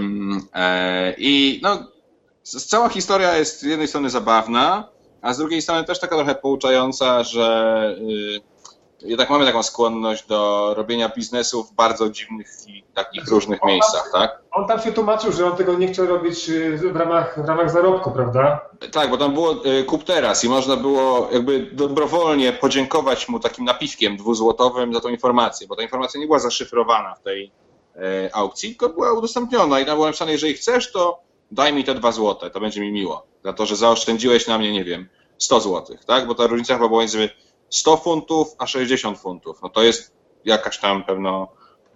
e, I no, cała historia jest z jednej strony zabawna, a z drugiej strony też taka trochę pouczająca, że y, jednak mamy taką skłonność do robienia biznesu w bardzo dziwnych i takich różnych miejscach, tak? On tam się tłumaczył, że on tego nie chciał robić w ramach, w ramach zarobku, prawda? Tak, bo tam było kup teraz i można było jakby dobrowolnie podziękować mu takim napiskiem dwuzłotowym za tą informację, bo ta informacja nie była zaszyfrowana w tej e, aukcji, tylko była udostępniona i tam było napisane, jeżeli chcesz, to daj mi te dwa złote, to będzie mi miło, za to, że zaoszczędziłeś na mnie, nie wiem, sto złotych, tak? Bo ta różnica chyba była między sto funtów a sześćdziesiąt funtów. No to jest jakaś tam pewno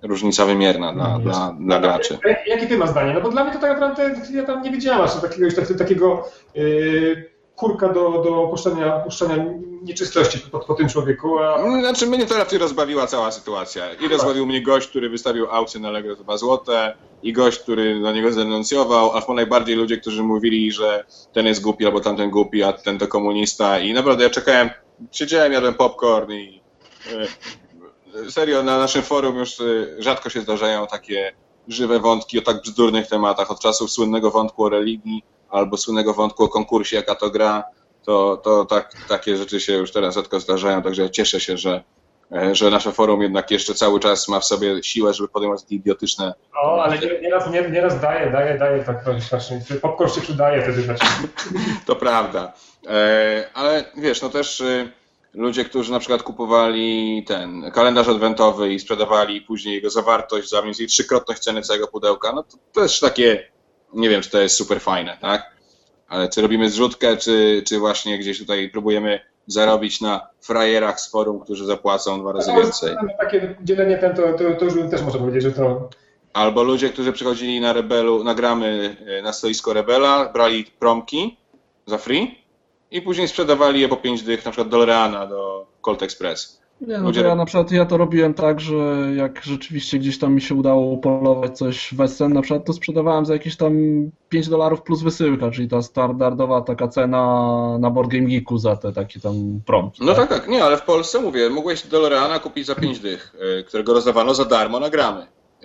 różnica wymierna dla, dla, dla graczy. Jakie ty masz zdanie? No bo dla mnie to tak naprawdę, ja tam nie wiedziałem aż takiego, takiego yy, kurka do, do puszczania, puszczania nieczystości po, po tym człowieku. A... Znaczy mnie to raczej rozbawiła cała sytuacja. I rozbawił mnie gość, który wystawił aukcję na Allegro za dwa złote, i gość, który na niego zdenuncjował, a najbardziej ludzie, którzy mówili, że ten jest głupi albo tamten głupi, a ten to komunista. I naprawdę ja czekałem, siedziałem, jadłem popcorn i yy, serio na naszym forum już yy, rzadko się zdarzają takie żywe wątki o tak bzdurnych tematach. Od czasów słynnego wątku o religii albo słynnego wątku o konkursie, jaka to gra, to, to tak, takie rzeczy się już teraz rzadko zdarzają, także ja cieszę się, że, że nasze forum jednak jeszcze cały czas ma w sobie siłę, żeby podejmować takie idiotyczne... O, ale nieraz, nie, nieraz daje, daje, daje, tak właśnie, popcorn się przydaje wtedy. Znaczy. To prawda, ale wiesz, no też ludzie, którzy na przykład kupowali ten kalendarz adwentowy i sprzedawali później jego zawartość za mniej więcej trzykrotność ceny całego pudełka, no to też takie, nie wiem, czy to jest super fajne, tak? Ale czy robimy zrzutkę, czy, czy właśnie gdzieś tutaj próbujemy zarobić na frajerach z forum, którzy zapłacą dwa razy więcej. Takie dzielenie ten, to, to, to już też można powiedzieć, że to... Albo ludzie, którzy przychodzili na Rebelu, na gramy na stoisko Rebela, brali promki za free i później sprzedawali je po pięć dych, na przykład do Loreana, do Colt Express. Nie, no to ja na przykład ja to robiłem tak, że jak rzeczywiście gdzieś tam mi się udało upolować coś w S N, na przykład to sprzedawałem za jakieś tam pięć dolarów plus wysyłka, czyli ta standardowa taka cena na Board Game Geeku za te takie tam promki. No tak, tak, nie, ale w Polsce mówię, mogłeś do Loreana kupić za pięć dych, którego rozdawano za darmo na gramy.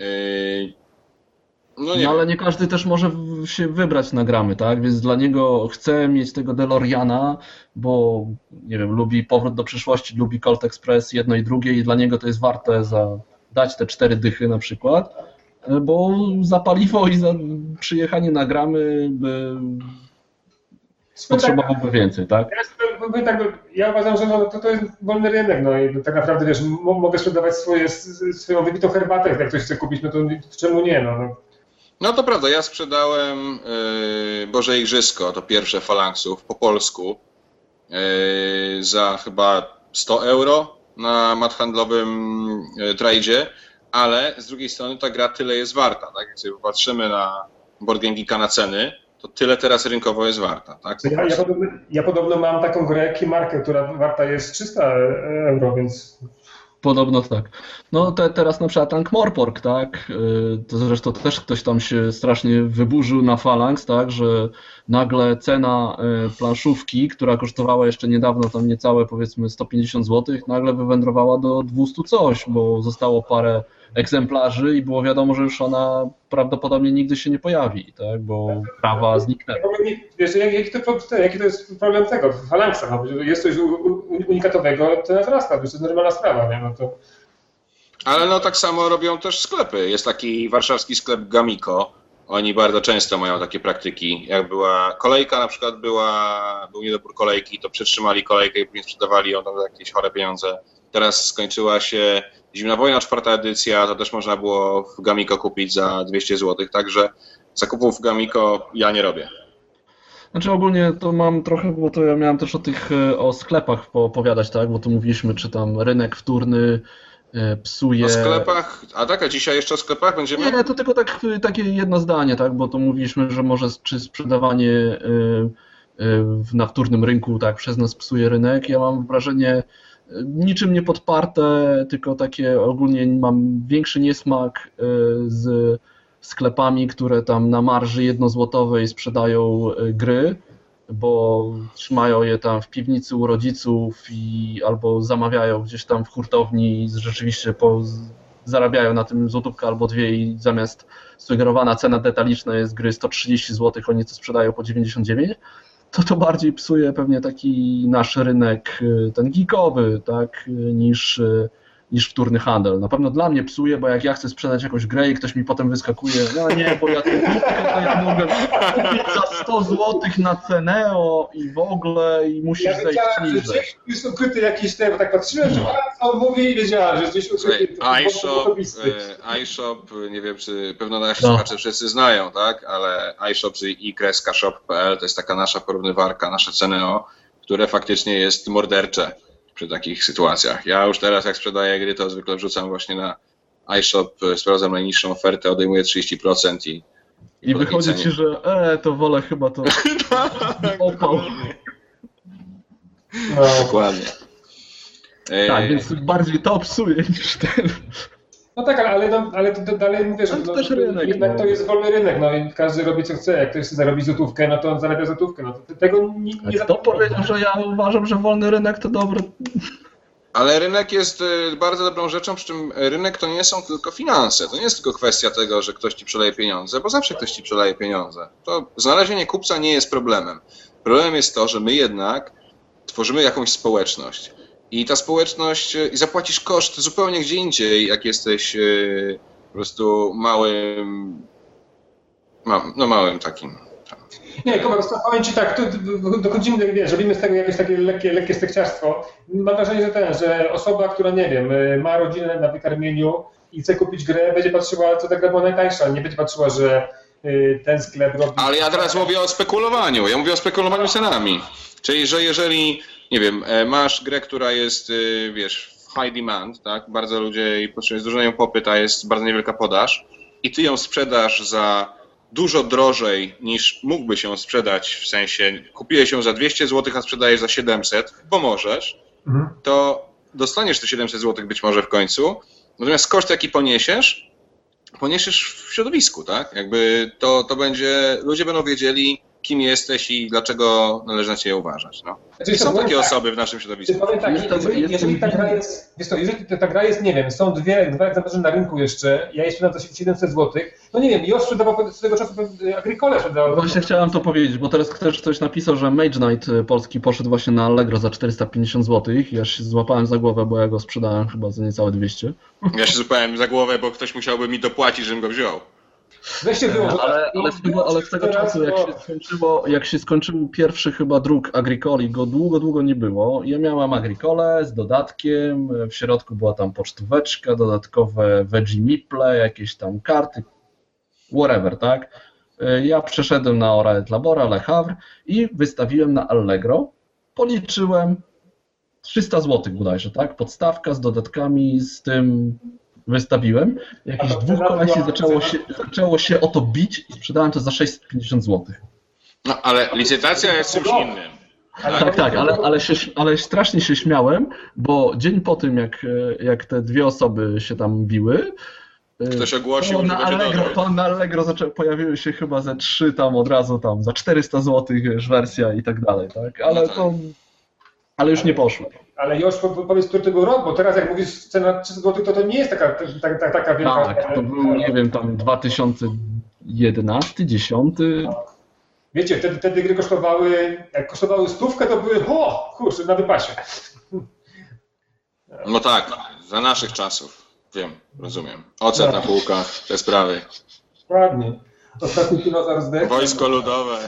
No, nie no ale nie każdy też może się wybrać na gramy, tak? Więc dla niego chce mieć tego DeLoreana, bo nie wiem, lubi Powrót do przyszłości, lubi Colt Express, jedno i drugie i dla niego to jest warte za dać te cztery dychy na przykład, bo za paliwo i za przyjechanie na gramy by potrzebowałby więcej, tak? Ja, tak, ja uważam, że no, to, to jest wolny rynek, no i tak naprawdę wiesz, mogę sprzedawać swoje, swoją wybitą herbatę, jak ktoś chce kupić, no to czemu nie, no. no. No to prawda, ja sprzedałem yy, Boże Igrzysko, to pierwsze Phalanxów po polsku yy, za chyba sto euro na mat handlowym yy, tradzie, ale z drugiej strony ta gra tyle jest warta, tak? Jak sobie popatrzymy na Board Game Geeka na ceny, to tyle teraz rynkowo jest warta, tak? Ja, ja, podobno, ja podobno mam taką grę Keymarkę, która warta jest trzysta euro, więc... Podobno tak. No te, teraz na przykład Ankh-Morpork, tak? To zresztą też ktoś tam się strasznie wyburzył na Phalanx, tak? Że nagle cena planszówki, która kosztowała jeszcze niedawno tam niecałe powiedzmy sto pięćdziesiąt złotych, nagle wywędrowała do dwieście coś, bo zostało parę egzemplarzy i było wiadomo, że już ona prawdopodobnie nigdy się nie pojawi, tak? Bo prawa zniknęły. Wiesz, jaki to, jaki to jest problem tego Phalanxa? No, jest coś unikatowego, to wzrasta, to jest normalna sprawa, nie? No to... Ale no tak samo robią też sklepy. Jest taki warszawski sklep Gamiko. Oni bardzo często mają takie praktyki. Jak była kolejka, na przykład była, był niedobór kolejki, to przetrzymali kolejkę i później sprzedawali ją tam za jakieś chore pieniądze. Teraz skończyła się Zimna Wojna, czwarta edycja, to też można było w Gamiko kupić za dwieście złotych, także zakupów w Gamiko ja nie robię. Znaczy ogólnie to mam trochę, bo to ja miałem też o tych, o sklepach opowiadać, tak, bo tu mówiliśmy, czy tam rynek wtórny psuje... O sklepach, a tak, a dzisiaj jeszcze o sklepach będziemy? Nie, to tylko tak, takie jedno zdanie, tak, bo tu mówiliśmy, że może czy sprzedawanie na wtórnym rynku tak przez nas psuje rynek. Ja mam wrażenie, niczym nie podparte, tylko takie ogólnie mam większy niesmak z sklepami, które tam na marży jednozłotowej sprzedają gry, bo trzymają je tam w piwnicy u rodziców i albo zamawiają gdzieś tam w hurtowni i rzeczywiście po, zarabiają na tym złotówkę albo dwie i zamiast sugerowana cena detaliczna jest gry sto trzydzieści złotych, oni to sprzedają po dziewięćdziesiąt dziewięć, to to bardziej psuje pewnie taki nasz rynek, ten geekowy, tak, niż, niż wtórny handel. Na pewno dla mnie psuje, bo jak ja chcę sprzedać jakąś grę i ktoś mi potem wyskakuje, no nie, bo ja to, to ja mogę kupić za sto złotych na Ceneo i w ogóle i musisz ja zejść niżej. Gdzieś jest ukryty jakiś ten, tak patrzyłem, że co on mówi i wiedziałem, że gdzieś ukryty. iShop, iShop, nie wiem, czy pewno nasi no. słuchacze wszyscy znają, tak, ale iShop, czyli i kropka shop kropka p l to jest taka nasza porównywarka, nasze Ceneo, które faktycznie jest mordercze przy takich sytuacjach. Ja już teraz jak sprzedaję gry, to zwykle wrzucam właśnie na iShop, sprawdzam najniższą ofertę, odejmuję trzydzieści procent i I wychodzi ci, że e, to wolę chyba to opał. No. Dokładnie. Tak, więc bardziej to psuje niż ten. No tak, ale, no, ale to, to dalej mówię, że to, no, też rynek, jednak no. to jest wolny rynek, no i każdy robi co chce. Jak ktoś chce zarobić złotówkę, no to on zarabia złotówkę. No to tego nie, nie Kto powiedział, że ja uważam, że wolny rynek to dobre? Ale rynek jest bardzo dobrą rzeczą, przy czym rynek to nie są tylko finanse. To nie jest tylko kwestia tego, że ktoś ci przeleje pieniądze, bo zawsze ktoś ci przeleje pieniądze. To znalezienie kupca nie jest problemem. Problemem jest to, że my jednak tworzymy jakąś społeczność. I ta społeczność, i zapłacisz koszt zupełnie gdzie indziej, jak jesteś po prostu małym, no małym takim. Nie, Kuba, powiem Ci tak, tu dochodzimy, wiesz, robimy z tego jakieś takie lekkie, lekkie stekciarstwo. Mam wrażenie, że ten, że osoba, która, nie wiem, ma rodzinę na wykarmieniu i chce kupić grę, będzie patrzyła, co ta gra była najtańsza, nie będzie patrzyła, że ten sklep robi... Ale ja teraz mówię o spekulowaniu, ja mówię o spekulowaniu cenami. Czyli, że jeżeli, nie wiem, masz grę, która jest, wiesz, w high demand, tak, bardzo ludzie i jest dużo na nią popyt, a jest bardzo niewielka podaż i ty ją sprzedasz za dużo drożej niż mógłby się sprzedać, w sensie kupiłeś ją za dwieście złotych, a sprzedajesz za siedemset, bo możesz, mhm. to dostaniesz te siedemset złotych być może w końcu, natomiast koszt jaki poniesiesz, poniesiesz w środowisku, tak? Jakby to, to będzie, ludzie będą wiedzieli, kim jesteś i dlaczego należy na ciebie uważać. No. I są takie osoby w naszym środowisku. Powiem tak, jeżeli, jeżeli, ta gra jest, wiesz co, jeżeli ta gra jest, nie wiem, są dwie, dwa egzemplarze na rynku jeszcze, ja je sprzedam za siedemset złotych, no nie wiem, Josz sprzedawał z tego czasu Agricole sprzedawał. Właśnie chciałem to powiedzieć, bo teraz też ktoś napisał, że Mage Knight polski poszedł właśnie na Allegro za czterysta pięćdziesiąt złotych. Ja się złapałem za głowę, bo ja go sprzedałem chyba za niecałe dwieście. Ja się złapałem za głowę, bo ktoś musiałby mi dopłacić, żebym go wziął. Weźcie wyłączyć. Ale, ale, z tego, ale z tego czasu, jak się, skończyło, jak się skończył pierwszy chyba druk Agricoli, go długo, długo nie było. Ja miałem Agricole z dodatkiem, w środku była tam pocztóweczka, dodatkowe veggie meeple, jakieś tam karty, whatever, tak? Ja przeszedłem na Oraet Labora, Le Havre i wystawiłem na Allegro, policzyłem trzysta złotych bodajże, tak? Podstawka z dodatkami, z tym... Wystawiłem, jakieś dwóch kolesi zaczęło się, zaczęło się o to bić i sprzedałem to za sześćset pięćdziesiąt złotych. No ale licytacja jest czymś innym. Tak, tak, ale, ale, się, ale strasznie się śmiałem, bo dzień po tym, jak, jak te dwie osoby się tam biły, ktoś ogłosił, to że na będzie Allegro, to na Allegro zaczę, pojawiły się chyba ze trzy tam od razu tam za czterysta złotych wiesz, wersja i tak dalej, tak? Ale no tak. to... Ale już nie poszło. Ale już powiedz, który to był rok, bo teraz jak mówisz cena trzysta złotych, to to nie jest taka, taka, taka wielka... Tak, to był, nie wiem, tam dwa tysiące jedenasty, dziesiąty. Wiecie, wtedy, wtedy gry kosztowały, jak kosztowały stówkę, to były, o, kurczę, na wypasie. No tak, za naszych czasów. Wiem, rozumiem. Ocet na półkach, te sprawy. Ładnie. Ostatni dinozaur zdech. Wojsko ludowe.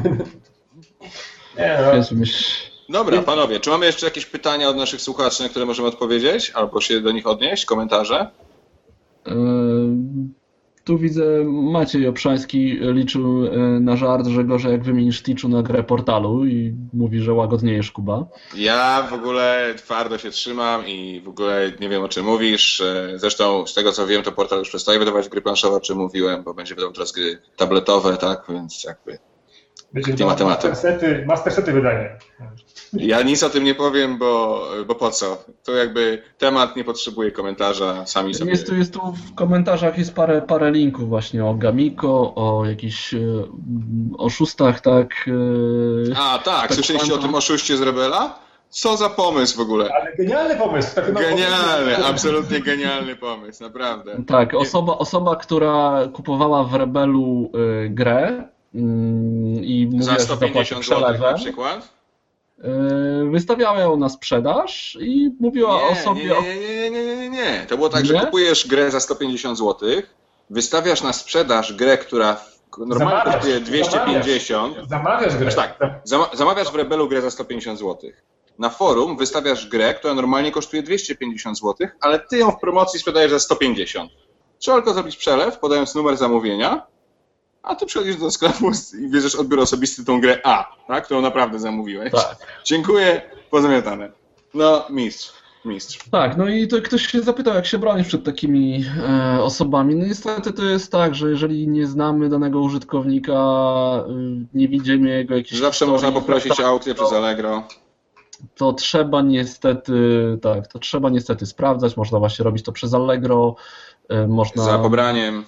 Nie, no. Dobra, panowie, czy mamy jeszcze jakieś pytania od naszych słuchaczy, na które możemy odpowiedzieć, albo się do nich odnieść, komentarze? Yy, tu widzę, Maciej Obszański liczył na żart, że gorzej jak wymienisz Ticzu na grę Portalu i mówi, że łagodniejesz, Kuba. Ja w ogóle twardo się trzymam i w ogóle nie wiem, o czym mówisz. Zresztą z tego, co wiem, to Portal już przestaje wydawać gry planszowe, o czym mówiłem, bo będzie wydawał teraz gry tabletowe, tak, więc jakby... Będzie master sety, master sety wydanie. Ja nic o tym nie powiem, bo, bo po co? To jakby temat nie potrzebuje komentarza, sami sobie... Jest tu, jest tu w komentarzach jest parę, parę linków właśnie o Gamiko, o jakichś oszustach, tak? A, tak, tak słyszeliście pan... o tym oszuście z Rebela? Co za pomysł w ogóle? Ale genialny pomysł. Tak genialny, pomysł. Absolutnie genialny pomysł, naprawdę. Tak, osoba, osoba która kupowała w Rebelu y, grę, i mówię, za sto pięćdziesiąt złotych na przykład? Wystawiała ją na sprzedaż i mówiła nie, o sobie... Nie, nie, nie, nie, nie, nie, nie. To było tak, nie? że kupujesz grę za sto pięćdziesiąt złotych, wystawiasz na sprzedaż grę, która normalnie zamawiasz, kosztuje dwieście pięćdziesiąt. Zamawiasz grę. Tak, zamawiasz w Rebelu grę za sto pięćdziesiąt złotych. Na forum wystawiasz grę, która normalnie kosztuje dwieście pięćdziesiąt złotych, ale ty ją w promocji sprzedajesz za sto pięćdziesiąt. Trzeba tylko zrobić przelew, podając numer zamówienia, a ty przychodzisz do sklepu i bierzesz odbiór osobisty tą grę A, tak, którą naprawdę zamówiłeś. Tak. Dziękuję, pozamiatane. No, mistrz. mistrz. Tak, no i to ktoś się zapytał, jak się bronić przed takimi e, osobami. No niestety to jest tak, że jeżeli nie znamy danego użytkownika, y, nie widzimy jego jakichś Zawsze można poprosić o aukcję przez Allegro. To trzeba niestety, tak, to trzeba niestety sprawdzać. Można właśnie robić to przez Allegro. y, Można... Za pobraniem.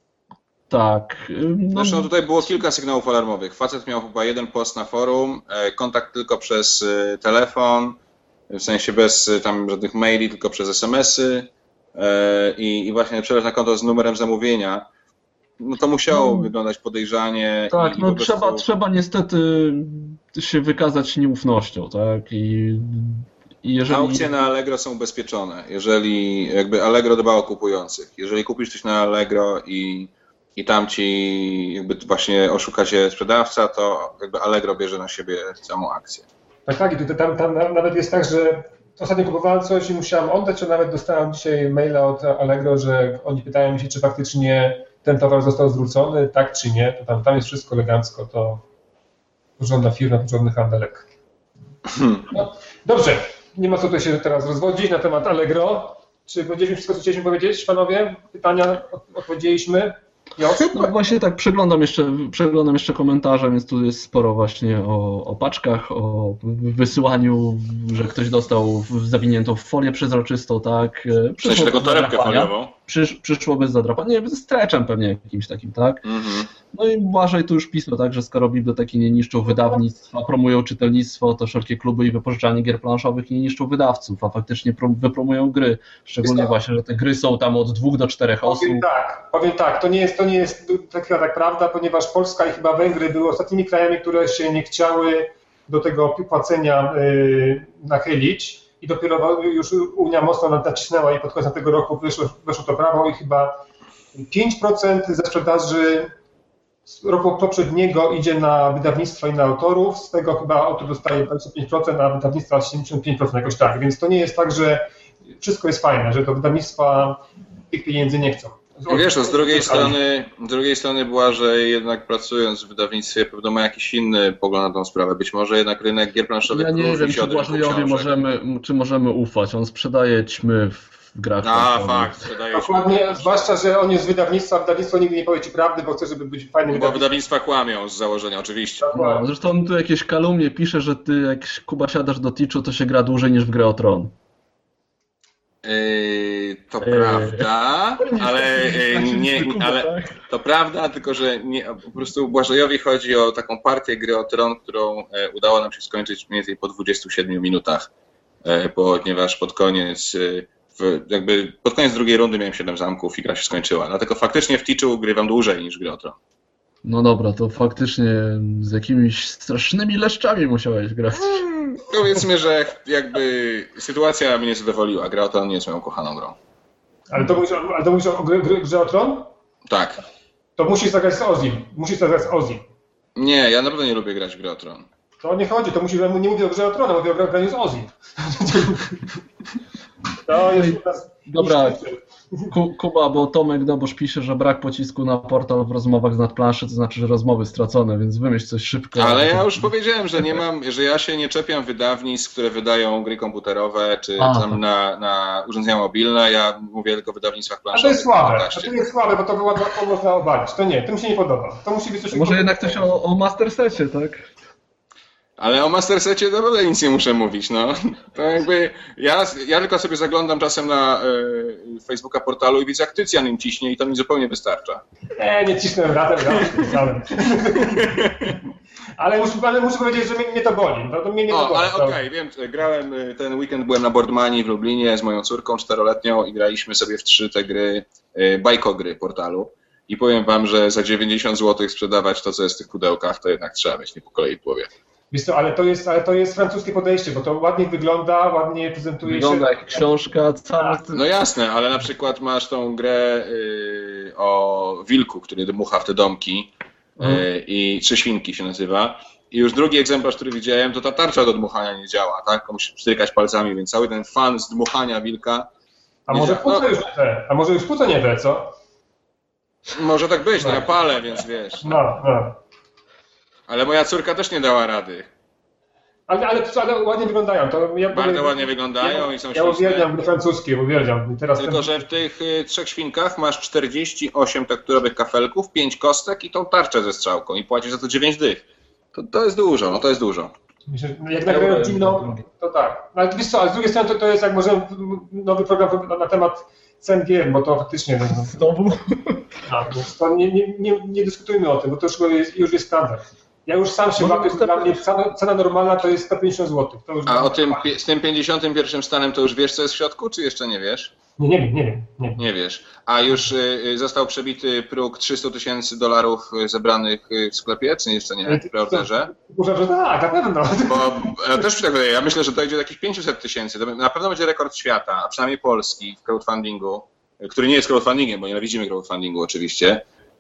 Tak. y, No, Zresztą tutaj było kilka sygnałów alarmowych. Facet miał chyba jeden post na forum, e, kontakt tylko przez e, telefon, w sensie bez e, tam żadnych maili, tylko przez es em esy e, i, i właśnie przelew na konto z numerem zamówienia. No to musiało No, wyglądać podejrzanie. tak, i, no i po prostu... trzeba, trzeba niestety się wykazać nieufnością, tak? I, i jeżeli... Aukcje na Allegro są ubezpieczone, jeżeli jakby Allegro dba o kupujących. Jeżeli kupisz coś na Allegro i, i tam ci jakby właśnie oszuka cię sprzedawca, to jakby Allegro bierze na siebie całą akcję. Tak, tak, i tutaj, tam, tam nawet jest tak, że ostatnio kupowałem coś i musiałem oddać, a nawet dostałem dzisiaj maila od Allegro, że oni pytają mi się, czy faktycznie ten towar został zwrócony, tak czy nie, to tam, tam jest wszystko elegancko, to porządna firma, porządny handelek. No, dobrze, nie ma co tutaj się teraz rozwodzić na temat Allegro. Czy powiedzieliśmy wszystko, co chcieliśmy powiedzieć, panowie? Pytania odpowiedzieliśmy? No właśnie tak, przeglądam jeszcze, przeglądam jeszcze komentarze, więc tu jest sporo właśnie o, o paczkach, o wysyłaniu, że ktoś dostał w, zawiniętą w folię przezroczystą, tak? Przyszło taką torebkę foliową. Przysz, przyszło bez zadrapania, nie, ze streczem pewnie jakimś takim, tak? Mhm. No i Błażej tu już pisał, tak, że skoro biblioteki nie niszczą wydawnictwa, promują czytelnictwo, to wszelkie kluby i wypożyczalnie gier planszowych nie niszczą wydawców, a faktycznie prom- wypromują gry. Szczególnie właśnie, że te gry są tam od dwóch do czterech osób. Powiem tak, powiem tak, to nie jest, to nie jest tak, tak prawda, ponieważ Polska i chyba Węgry były ostatnimi krajami, które się nie chciały do tego płacenia yy, nachylić i dopiero już Unia mocno nacisnęła i pod koniec tego roku wyszło, weszło to prawo i chyba pięć procent ze sprzedaży z roku poprzedniego idzie na wydawnictwa i na autorów, z tego chyba autor dostaje dwadzieścia pięć procent, a wydawnictwa siedemdziesiąt pięć procent jakoś tak, więc to nie jest tak, że wszystko jest fajne, że to wydawnictwa tych pieniędzy nie chcą. Wiesz, no z drugiej strony, z drugiej strony była, że jednak pracując w wydawnictwie pewno ma jakiś inny pogląd na tą sprawę. Być może jednak rynek gier planszowych Ja nie różni wiem, się czy od rynku Błażejowi książek. możemy, czy możemy ufać. On sprzedaje ćmy w grach. A, planszowych. fakt, sprzedaje się. Dokładnie, zwłaszcza, że on jest z wydawnictwa, wydawnictwo nigdy nie powie ci prawdy, bo chce, żeby być fajnym Bo wydawnictwem. wydawnictwa kłamią z założenia, oczywiście. No, zresztą on tu jakieś kalumnie pisze, że ty jak Kuba siadasz do Teachu, to się gra dłużej niż w grę o Tron. Yy, to Yy. prawda, ale, yy, nie, Kuba, ale tak? to prawda, tylko że nie, po prostu Błażejowi chodzi o taką partię gry o Tron, którą e, udało nam się skończyć mniej więcej po dwudziestu siedmiu minutach, e, ponieważ pod koniec, e, w, jakby pod koniec drugiej rundy miałem siedem zamków i gra się skończyła. Dlatego faktycznie w Teachu grywam dłużej niż gry o Tron. No dobra, to faktycznie z jakimiś strasznymi leszczami musiałeś grać. Powiedzmy, że jakby sytuacja mnie zadowoliła. Gra o Tron nie jest moją kochaną grą. Ale to mówisz, ale to mówisz o grze, grze o Tron? Tak. To musisz zagrać z Ozim. Musisz zagrać z Ozim. Nie, ja naprawdę nie lubię grać w grę o Tron. To nie chodzi, to musisz, nie mówię o grze o Tron, mówię o graniu z Ozim. To jest u nas Dobra, niszczyciel. Ku, Kuba, bo Tomek Dobosz pisze, że brak pocisku na portal w rozmowach z nadplanszy, to znaczy, że rozmowy stracone, więc wymyśl coś szybko. Ale ja już powiedziałem, że nie mam, że ja się nie czepiam wydawnictw, które wydają gry komputerowe czy A, tam tak. na, na urządzenia mobilne. Ja mówię tylko o wydawnictwach A planszowych. to jest słabe, na a to podcaście. jest słabe, bo to było to można obalić. To nie, to mi się nie podoba. To musi być coś... Może jednak coś o, o Mastersecie, tak? Ale o Mastersecie naprawdę nic nie muszę mówić, no. To jakby ja, ja tylko sobie zaglądam czasem na y, Facebooka portalu i widzę, jak Tycjan im ciśnie i to mi zupełnie wystarcza. Nie, nie cisnąłem razem, razem. ale, muszę, ale muszę powiedzieć, że mnie, mnie to boli. No, to mnie nie to O, boli. ale okej, okay, wiem, grałem y, ten weekend, byłem na Boardmanii w Lublinie z moją córką czteroletnią i graliśmy sobie w trzy te gry, y, bajkogry portalu. I powiem wam, że za dziewięćdziesiąt złotych sprzedawać to, co jest w tych pudełkach, to jednak trzeba mieć nie po kolei w głowie. Wiesz co, ale to jest, ale to jest francuskie podejście, bo to ładnie wygląda, ładnie prezentuje Wygląda się. jak książka, cała... No jasne, ale na przykład masz tą grę y, o wilku, który dmucha w te domki y, i Trzy Świnki się nazywa. I już drugi egzemplarz, który widziałem, to ta tarcza do dmuchania nie działa, tak? Tylko musisz pstrykać palcami, więc cały ten fan z dmuchania wilka. A nie może działa. płuco No, już nie te, a może już płuco nie te, co? może tak być, no ja palę, więc wiesz. No, no. Ale moja córka też nie dała rady. Ale, ale, ale ładnie wyglądają. To ja Bardzo powiem, ładnie wyglądają ja, i są ja śliczne. uwielbiam gry francuskie, uwielbiam. I teraz Tylko, ten... że w tych y, trzech świnkach masz czterdzieści osiem tekturowych kafelków, pięć kostek i tą tarczę ze strzałką i płacisz za to dziewięć dych. To, to jest dużo, no to jest dużo. Myślę, jak nagrają zimno, to tak. Ale wiesz co, a z drugiej strony to, to jest jak może nowy program na, na temat cen gier, bo to faktycznie... No, Znowu? tak, więc to nie, nie, nie, nie dyskutujmy o tym, bo to już jest, już jest standard. Ja już sam się Może bawię, niestety- dla mnie cena, cena normalna to jest sto pięćdziesiąt złotych. To już A o tym, pi- z tym pięćdziesiątym pierwszym stanem to już wiesz, co jest w środku, czy jeszcze nie wiesz? Nie, nie wiem, nie wiem. Nie wiem. Nie wiesz. A już y, y, został przebity próg trzysta tysięcy dolarów y, zebranych y, w sklepie, czy jeszcze nie? W preorderze? Uważam, że tak, na pewno. Bo ja też tak wydaje, ja myślę, że dojdzie do jakieś pięćset tysięcy. To na pewno będzie rekord świata, a przynajmniej Polski w crowdfundingu, który nie jest crowdfundingiem, bo nienawidzimy crowdfundingu oczywiście,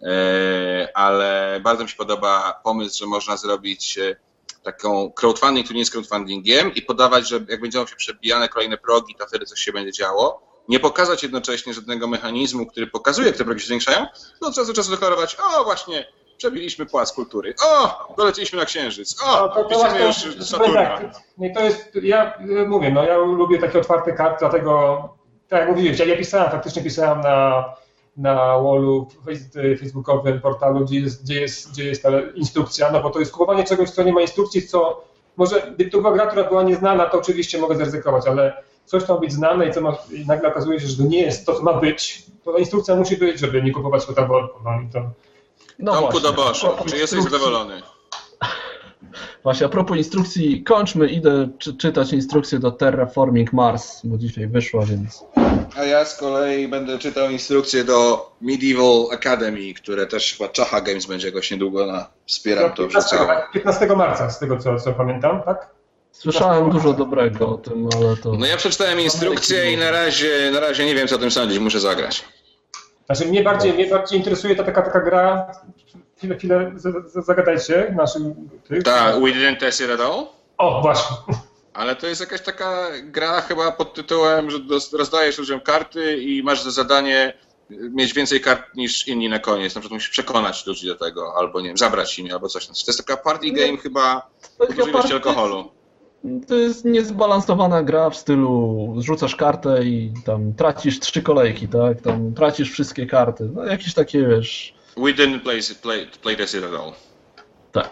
ale bardzo mi się podoba pomysł, że można zrobić taką crowdfunding, który nie jest crowdfundingiem i podawać, że jak będą się przebijane kolejne progi, to wtedy coś się będzie działo. Nie pokazać jednocześnie żadnego mechanizmu, który pokazuje, jak te progi się zwiększają, to od czasu do czasu deklarować, o właśnie, przebiliśmy płac kultury, o, doleciliśmy na Księżyc, o, No, to, to piszemy właśnie- już to- Saturna. tak. Nie, to jest, ja y, mówię, no ja lubię takie otwarte karty, dlatego, tak jak mówiłeś, ja, ja pisałem, faktycznie pisałem na, na wallu face- facebookowym portalu, gdzie jest, gdzie, jest, gdzie jest ta instrukcja, no bo to jest kupowanie czegoś, co nie ma instrukcji, co może, gdyby to była gra, która była nieznana, to oczywiście mogę zaryzykować, ale coś ma być znane i co ma, i nagle okazuje się, że to nie jest to, co ma być, to ta instrukcja musi być, żeby nie kupować fotoworku. No i to... No Tomku właśnie. do Bosza, A propos czy jesteś instrukcji- zadowolony? Właśnie, a propos instrukcji, kończmy, idę czy, czytać instrukcję do Terraforming Mars, bo dzisiaj wyszła, więc... A ja z kolei będę czytał instrukcję do Medieval Academy, które też chyba Czacha Games będzie jakoś niedługo na... Wspieram to wszystkiego. piętnastego marca, z tego co, co pamiętam, tak? Słyszałem dużo dobrego o tym, ale to... No ja przeczytałem instrukcję i na razie, na razie nie wiem, co o tym sądzić, muszę zagrać. Znaczy mnie bardziej, mnie bardziej interesuje ta taka, taka gra, chwilę, chwilę, z- z- zagadajcie naszym... Tych. Tak, we didn't test it at all. O, właśnie. Ale to jest jakaś taka gra chyba pod tytułem, że dos- rozdajesz ludziom karty i masz za zadanie mieć więcej kart niż inni na koniec. Na przykład musisz przekonać ludzi do tego, albo nie wiem, zabrać im, albo coś. To jest taka party game chyba To z jest możliwości party- alkoholu. To jest niezbalansowana gra w stylu zrzucasz kartę i tam tracisz trzy kolejki, tak? Tam tracisz wszystkie karty. No jakieś takie, wiesz... We didn't play, play, play this it at all. Tak.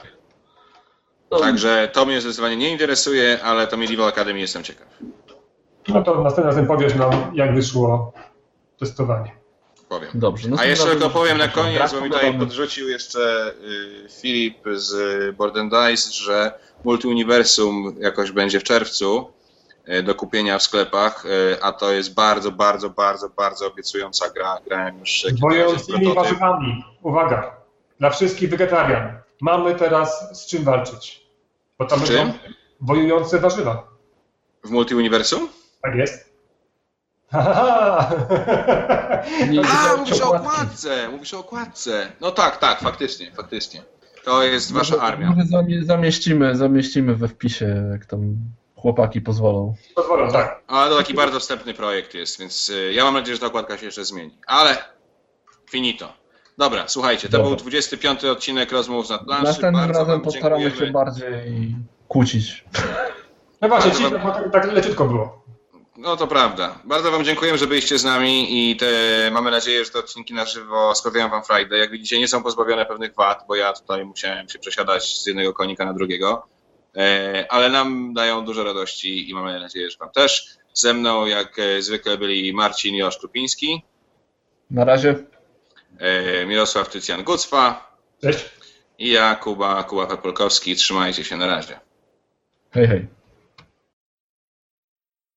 No, Także to mnie zdecydowanie nie interesuje, ale to Medieval Academy jestem ciekaw. No to następnym razem powiesz nam, jak wyszło testowanie. Powiem. Dobrze. A jeszcze tylko powiem na koniec, Brak bo mi tutaj pogadamy. podrzucił jeszcze y, Filip z Board and Dice, że Multiuniversum jakoś będzie w czerwcu y, do kupienia w sklepach, y, a to jest bardzo, bardzo, bardzo, bardzo obiecująca gra. Grałem już kilka razy w Bojącymi prototyp. warzywami. Uwaga, dla wszystkich wegetarian. Mamy teraz z czym walczyć. Bo to Z czym? będą wojujące warzywa. W Multiuniversum? Tak jest. Haha. Nie A, wiedziałem, mówisz o okładki. okładce, mówisz o okładce. No tak, tak, faktycznie, faktycznie. To jest wasza Może- armia. Może zamie- zamieścimy, zamieścimy we wpisie, jak tam chłopaki pozwolą. Pozwolą, tak. Ale to taki bardzo wstępny projekt jest, więc y, ja mam nadzieję, że ta okładka się jeszcze zmieni. Ale finito. Dobra, słuchajcie, to Dobra. był dwudziesty piąty odcinek Rozmów z Nadplanszy. Następnym Bardzo razem wam postaramy dziękujemy. się bardziej kłócić. No właśnie, Bardzo dzisiaj tak, tak leciutko było. No to prawda. Bardzo wam dziękujemy, że byliście z nami i te, mamy nadzieję, że te odcinki na żywo sprawiają wam frajdę. Jak widzicie, nie są pozbawione pewnych wad, bo ja tutaj musiałem się przesiadać z jednego konika na drugiego, e, ale nam dają dużo radości i mamy nadzieję, że wam też. Ze mną jak e, zwykle byli Marcin Josz Krupiński, Na razie. e, Mirosław Tycjan-Gucwa Cześć. i ja, Kuba, Kuba Pepolkowski. Trzymajcie się, na razie. Hej, hej.